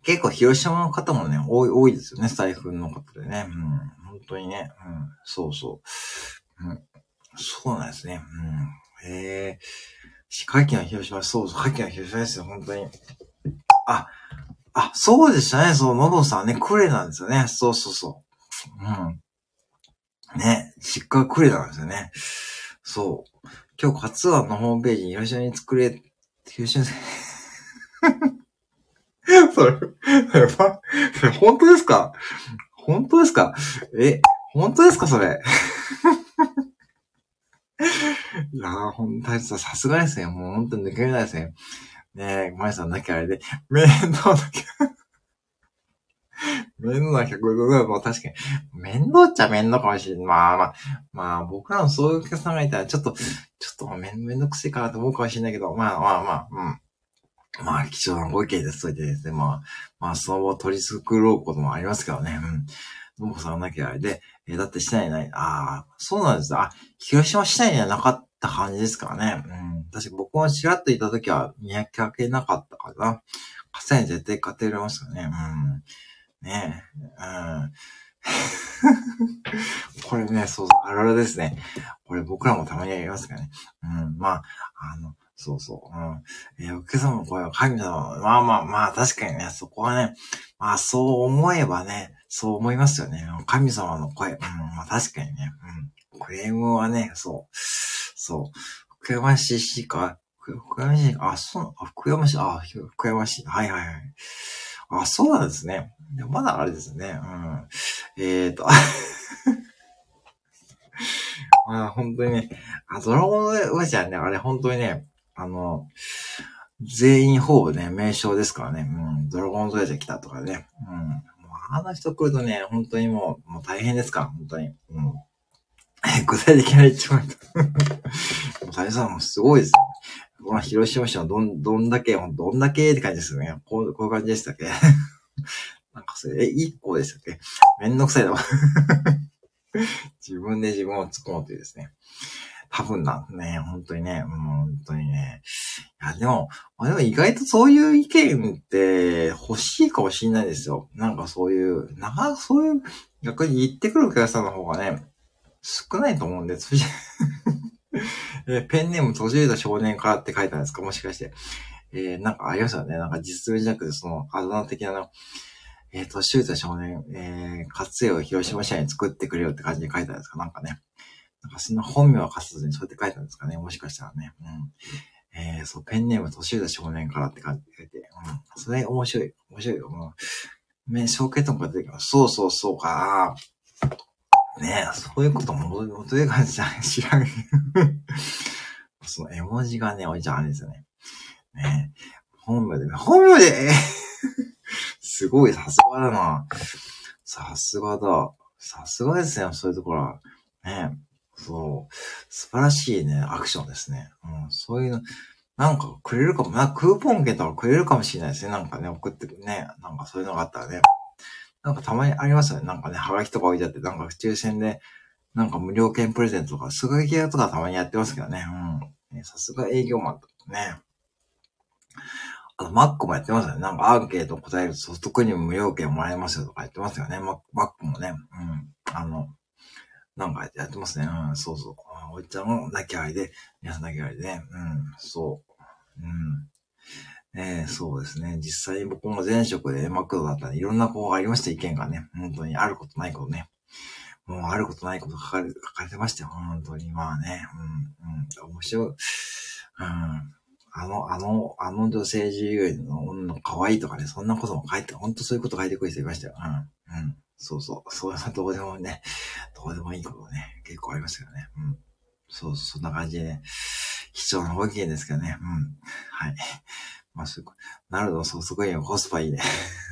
結構広島の方もね、多い、多いですよね、スタイフの方でね。うん、本当にね、うん、そうそう。うん、そうなんですね。うん、へえ。夏季の広島、そうそう、夏季の広島ですよ、本当に。あ、あ、そうでしたね、そう、のどさんね、クレなんですよね。そうそうそう。うん。ね、実家クレなんですよね。そう。今日、勝庵のホームページに広島に作れ、広島に、それ、それ、それ、本当ですか？本当ですか？え、本当ですかそれ。いやー、ほんとさすがですね。もう本当に抜けれないですね。ねえ、マイさんなきゃあれで、面倒なきゃ、面倒な客だまあ確かに、面倒っちゃ面倒かもしれん。まあまあ、まあ僕らのそういうお客さんがいたら、ちょっと、ちょっとめん、めんどくせえかなと思うかもしれないけど、まあまあまあ、うん。まあ、貴重なご意見です。といてですね、まあ、まあ、その後取り繕うこともありますけどね。うん。のもこさんがなきゃあれで、えー、だって市内にない、ああ、そうなんです。あ、広島市内にはなかった感じですからね。うん。確か僕もちらっといたときは見分けなかったかな。勝田に絶対勝てられますよね。うん。ねえ。うん。これね、そうそう、あるあるですね。これ僕らもたまにやりますからね。うん。まあ、あの、そうそう。うん。えー、お客様の声は神様。まあまあまあ、確かにね、そこはね、まあそう思えばね、そう思いますよね。神様の声。うん、まあ確かにね。うん。クレームはね、そう。そう。福山市市か福山市、あ、そう、福山市、あ、福山市。はいはいはい。あ、そうなんですね。まだあれですね。うん。えーと、まあ本当にね、あ、ドラゴンウェイちゃんね、あれ本当にね、あの、全員ほぼね、名称ですからね。うん。ドラゴンズエイジ来たとかね。うん。もうあの人来るとね、本当にもう、もう大変ですから、本当に。うん。具体的な一番。もう、大さんもすごいですよ。この広島市のどん、どんだけ、どんだけって感じですよね。こう、こういう感じでしたっけなんかそれ、え、一個でしたっけめんどくさいな。自分で自分を突っ込むというですね。多分なんね、本当にね、もう本当にね。いや、でも、まあ、でも意外とそういう意見って欲しいかもしれないですよ。なんかそういう、なかなかそういう、逆に言ってくるお客さんの方がね、少ないと思うんで、えペンネーム閉じれた少年からって書いたんですかもしかして。えー、なんかありましたよね。なんか実名じゃなくて、その、あだ名的なの、えー、年上た少年、えー、活用を広島市内に作ってくれよって感じで書いたんですかなんかね。なんかそんな本名は書かずにそうやって書いたんですかねもしかしたらね。うん。えー、そう、ペンネーム年上た少年からって感じで書いて、うん。それ面白い。面白いよ。もう、ね、証券とか出てくる。そうそうそうか。ねえ、そういうことも、どういう感じじゃ知らん。その絵文字がね、おいちゃんあれですよね。ねえ。本名で、本名で、えー、すごい、さすがだな。さすがだ。さすがですね、そういうところは。ねえ。そう。素晴らしいね、アクションですね。うん、そういうの、なんかくれるかも、な、クーポン券とかくれるかもしれないですね。なんかね、送ってくるね。なんかそういうのがあったらね。なんかたまにありますよね。なんかね、ハガキとか置いてあって、なんか抽選で、なんか無料券プレゼントとか、すごい系とかたまにやってますけどね。うん。さすが営業マンとね。あと、マックもやってますよね。なんかアンケート答えるとソフトクリーム無料券もらえますよとかやってますよね。マック、マックもね。うん。あの、なんかやってますね。うん、そうそう。おいちゃんも泣きあいで、皆さん泣きあいでね。うん、そう。うん。ねえ、そうですね。実際僕も前職でマクドだったんで、いろんなこうありました、意見がね。本当にあることないことね。もうあることないこと書かれ、書かれてましたよ。本当に。まあね。うん、うん。面白い。うん。あの、あの、あの女性従業員の女の可愛いとかね、そんなことも書いて、本当そういうこと書いてくる人いましたよ。うん。うん。そうそう。そういうのどうでもね、どうでもいいことね、結構ありましたよね。うん。そうそう、そんな感じでね、貴重なご意見ですけどね。うん。はい。まあ、そういうこと。ナルドのソフトクリームコスパいいね。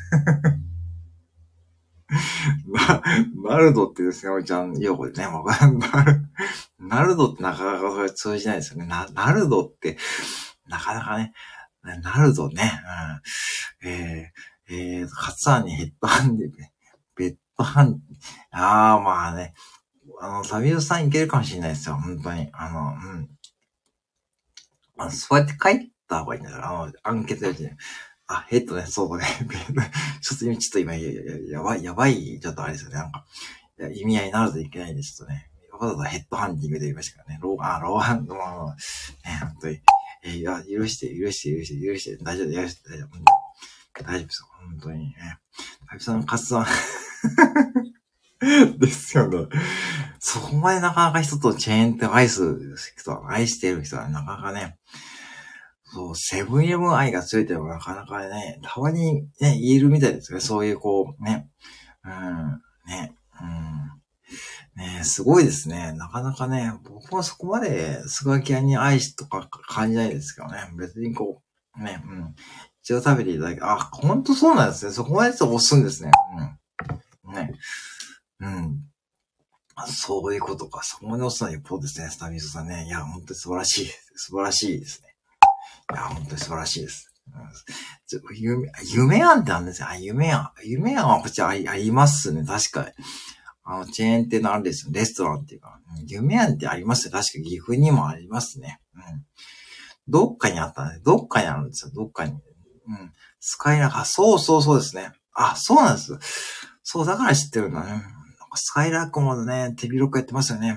な、ナルドってですね、おいちゃん用語でね、もうナル、ナルドってなかなかそれ通じないですよね。な、ナルドって、なかなかね、ナルドね、うん、えー、えー、カツアンにヘッドハンディ、ベッドハンディ、あーまあね、あの、サビオさんいけるかもしれないですよ、本当に。あの、うん。まあ、そうやって書いた方がいいんだから、あの、アンケートやつね。 あ、ヘッドね、そうね。ちょっと今、ちょっと今、や、や、やばい、やばい、ちょっとあれですよね。なんか、いや意味合いになるといけないんで、ちょっとね。わざわざヘッドハンティングで言いましたからね。ロー、あ、ローハンド、まあまあ、ね、本当に。えー、いや、許して、許して、許して、許して、大丈夫、許して、大丈夫。大丈夫ですよ、本当にね。タイプさんの活動ですよね。そこまでなかなか人とチェーンって愛す人、愛してる人はなかなかね、そう、セブンイレブン愛が強いってのはなかなかね、たまにね、言えるみたいですね。そういうこう、ね。うん、ね、うん。ね、すごいですね。なかなかね、僕もそこまでスガキ屋に愛しとか感じないですけどね。別にこう、ね、うん。一応食べていただけ、あ、ほんとそうなんですね。そこまで押すんですね。うん。ね。うん。そういうことか。そこまで押すのは一方ですね、スタミスさんね。いや、本当に素晴らしい。素晴らしいですね。いや、本当に素晴らしいです。うん、夢、夢案ってあるんですよ。あ、夢案。夢案はこっちあり、ありますね。確かに。あの、チェーンってなんですよ。レストランっていうか。うん、夢案ってありますよ。確か岐阜にもありますね。うん。どっかにあったね。どっかにあるんですよ。どっかに。うん。スカイラーク、あ、そうそうそうですね。あ、そうなんです。そう、だから知ってるんだね。スカイラークもね、手広くやってますよね。うん、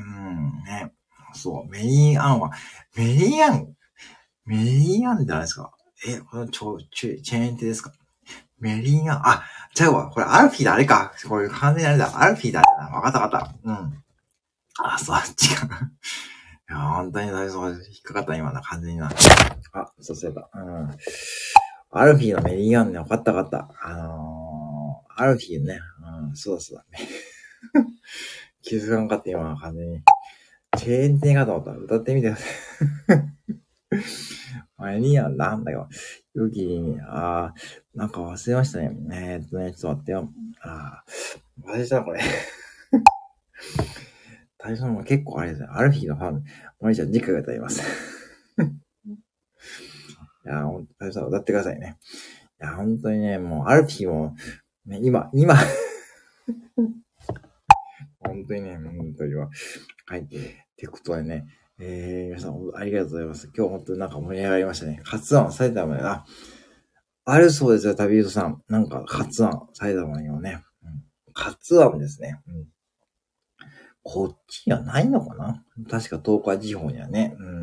ね。そう、メリーアンは、メリーアン、メリーアンってあれですか？え、このちょ、チェーンってですか？メリーアン、あ、違うわ。これアルフィーだ、あれか。これ完全にあれだ。アルフィーだ、あれだ。わかったわかった。うん。あ、そう、違う。いや、本当に大丈夫。引っかかった、今な、完全にな。あ、そうそうだ。うん。アルフィーのメリーアンね、わかったわかった。あのー、アルフィーね。うん、そうだそうだね。気づかんかって今は完全に。チェーン店かと思ったら歌ってみてください。メリーアンなんだよ。ヨギに、あー、なんか忘れましたね。えー、っとね、ちょっと待ってよ。あー、忘れたこれ。大将も結構あれですね。アルフィーのファン、マリちゃん次回歌います。いやー、ほんと、大将歌ってくださいね。いや、本当にね、もう、アルフィーも、ね、今、今、本当にね、本当には。はい。ってことでね、えー、皆さん、ありがとうございます。今日本当になんか盛り上がりましたね。カツアン、埼玉で、あ、あるそうですよ、旅人さん。なんか、カツアン、埼玉にもね。うん、カツアンですね。うん、こっちにはないのかな？確か東海地方にはね、うん、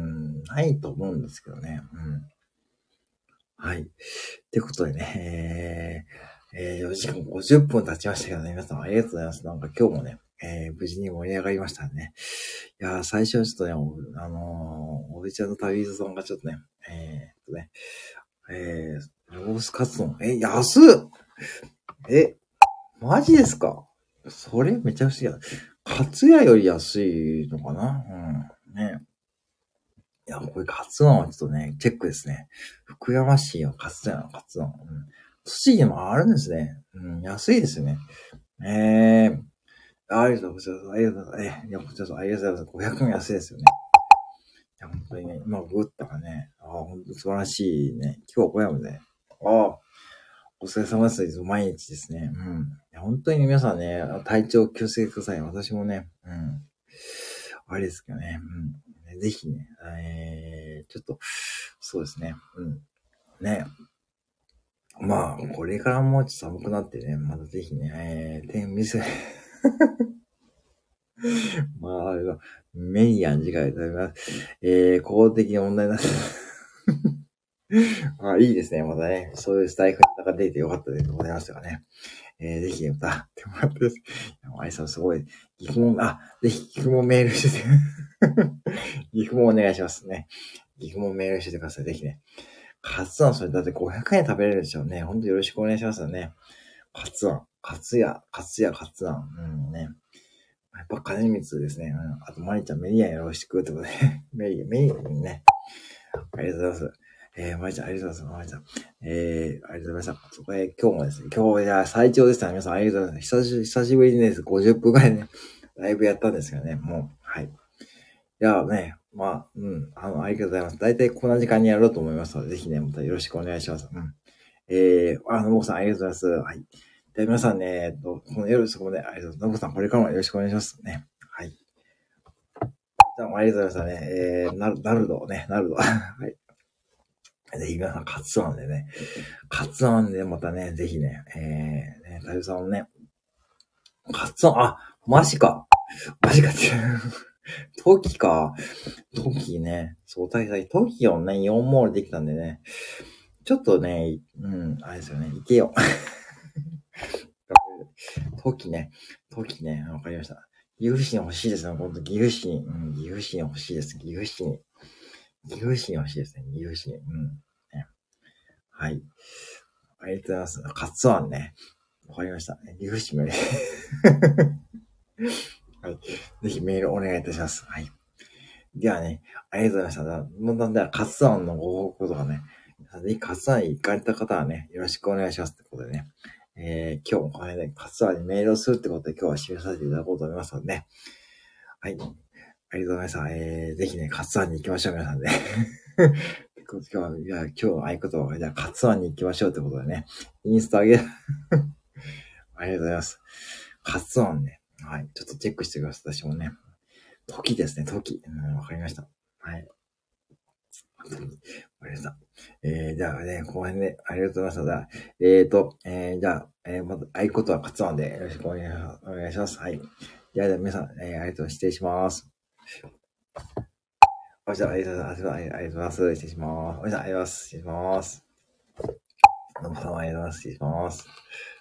ないと思うんですけどね。うん、はい。ってことでね、えー、えー、よじかんごじゅっぷん経ちましたけどね、皆さんありがとうございます。なんか今日もね、えー、無事に盛り上がりましたね。いやー、最初はちょっとね、あのー、おじちゃんの旅人さんがちょっとね、えー、っとね、えー、ロースカツ丼、え、安っ！え、マジですか？それめちゃくちゃ、カツヤより安いのかな？うん。ね。いや、これカツ丼はちょっとね、チェックですね。福山市のカツヤのカツ丼。うん。栃木にもあるんですね。うん、安いですね。えー、ありがとうございます。ありがとうございます。え、いや、こちらありがとうございます。ごひゃくえん安いですよね。いや、本当にね、今グッたらね、ああ、本当素晴らしいね。今日は小山で、ああ、お疲れ様です。毎日ですね。うん。いや本当に皆さんね、体調気をつけてください。私もね、うん。あれですけどね、うん。ぜひね、えー、ちょっと、そうですね、うん。ね。まあ、これからもうちょっと寒くなってね、またぜひね、えー、点見せ、まあ、あれだ、メイヤン次回食べます。えー、公的な問題なあ、いいですね。またね、そういうスタイフが出てよかったでございますよね。えー、ぜひ歌ってもらってです。アイさんすごい。岐阜も、あ、ぜひ岐阜もメールしてて。岐阜もお願いしますね。岐阜もメールしててください。ぜひね。カツアン、それだってごひゃくえん食べれるでしょうね。ほんとよろしくお願いしますよね。カツアン、カツヤ、カツヤ、カツアン。うんね。やっぱ金光ですね。うん。あと、マリちゃんメリアンよろしくってことで。メリアン、メリアンね。ありがとうございます。えー、まりちゃん、ありがとうございます。まりちゃん。えー、ありがとうございました。そこへ、今日もですね、今日、いや、最長でしたね。皆さん、ありがとうございます。久し、久しぶりにね、ごじゅっぷんくらいね、ライブやったんですけどね、もう、はい。いや、ね、まあ、うん、あの、ありがとうございます。だいたいこんな時間にやろうと思いますので、ぜひね、またよろしくお願いします。うん。えー、あの、もこさん、ありがとうございます。はい。では、皆さんね、えっと、この夜そこまで、ありがとうございます。のこさん、これからもよろしくお願いしますね。はい。じゃあ、ありがとうございましたね。えー、なる、なるどね、なるど。はい。 ぜひ皆さん、カツアンでね、カツアンでまたね、ぜひね、えー、ね、タイさんもね、カツアン、あ、マジか。マジかって。トキか。トキね。そう、大体トキをね、よんモールできたんでね。ちょっとね、うん、あれですよね、いけよ。トキね。トキね。わかりました。岐阜市に欲しいですね。ほんと、岐阜市に。うん、岐阜市に欲しいです。岐阜市に。岐阜市に欲しいですね。岐阜市に。うん。ね、はい。ありがとうございます。カツアンね。わかりました。岐阜市まで。はい。ぜひメールお願いいたします。はい。ではね、ありがとうございました。もうなんで、カツアンのご報告とかね、ぜひカツアン行かれた方はね、よろしくお願いしますってことでね。えー、今日もこの間、ね、カツアンにメールをするってことで今日は締めさせていただこうと思いますのでね。はい。ありがとうございました。えー、ぜひね、カツアンに行きましょう、皆さんね。今日は、いや、今日の合言葉は、じゃあ、カツアンに行きましょうってことでね。インスタ上げ、ありがとうございます。カツアンね。はい。ちょっとチェックしてください。私もね。時ですね、時。うん、わかりました。はい。わかりました。えー、じゃあね、この辺で、ありがとうございました。えーと、えー、じゃあ、えー、まず、合言葉はカツアンでよろしくお願いします。お願いします。はい。じゃあ、じゃあ皆さん、えー、ありがとうございます。失礼します。おじゃあ、ありがとうございます。ありがとうございます。失礼します。おじゃあ、ありがとうございます。失礼します。どうも、ありがとうございます。失礼します。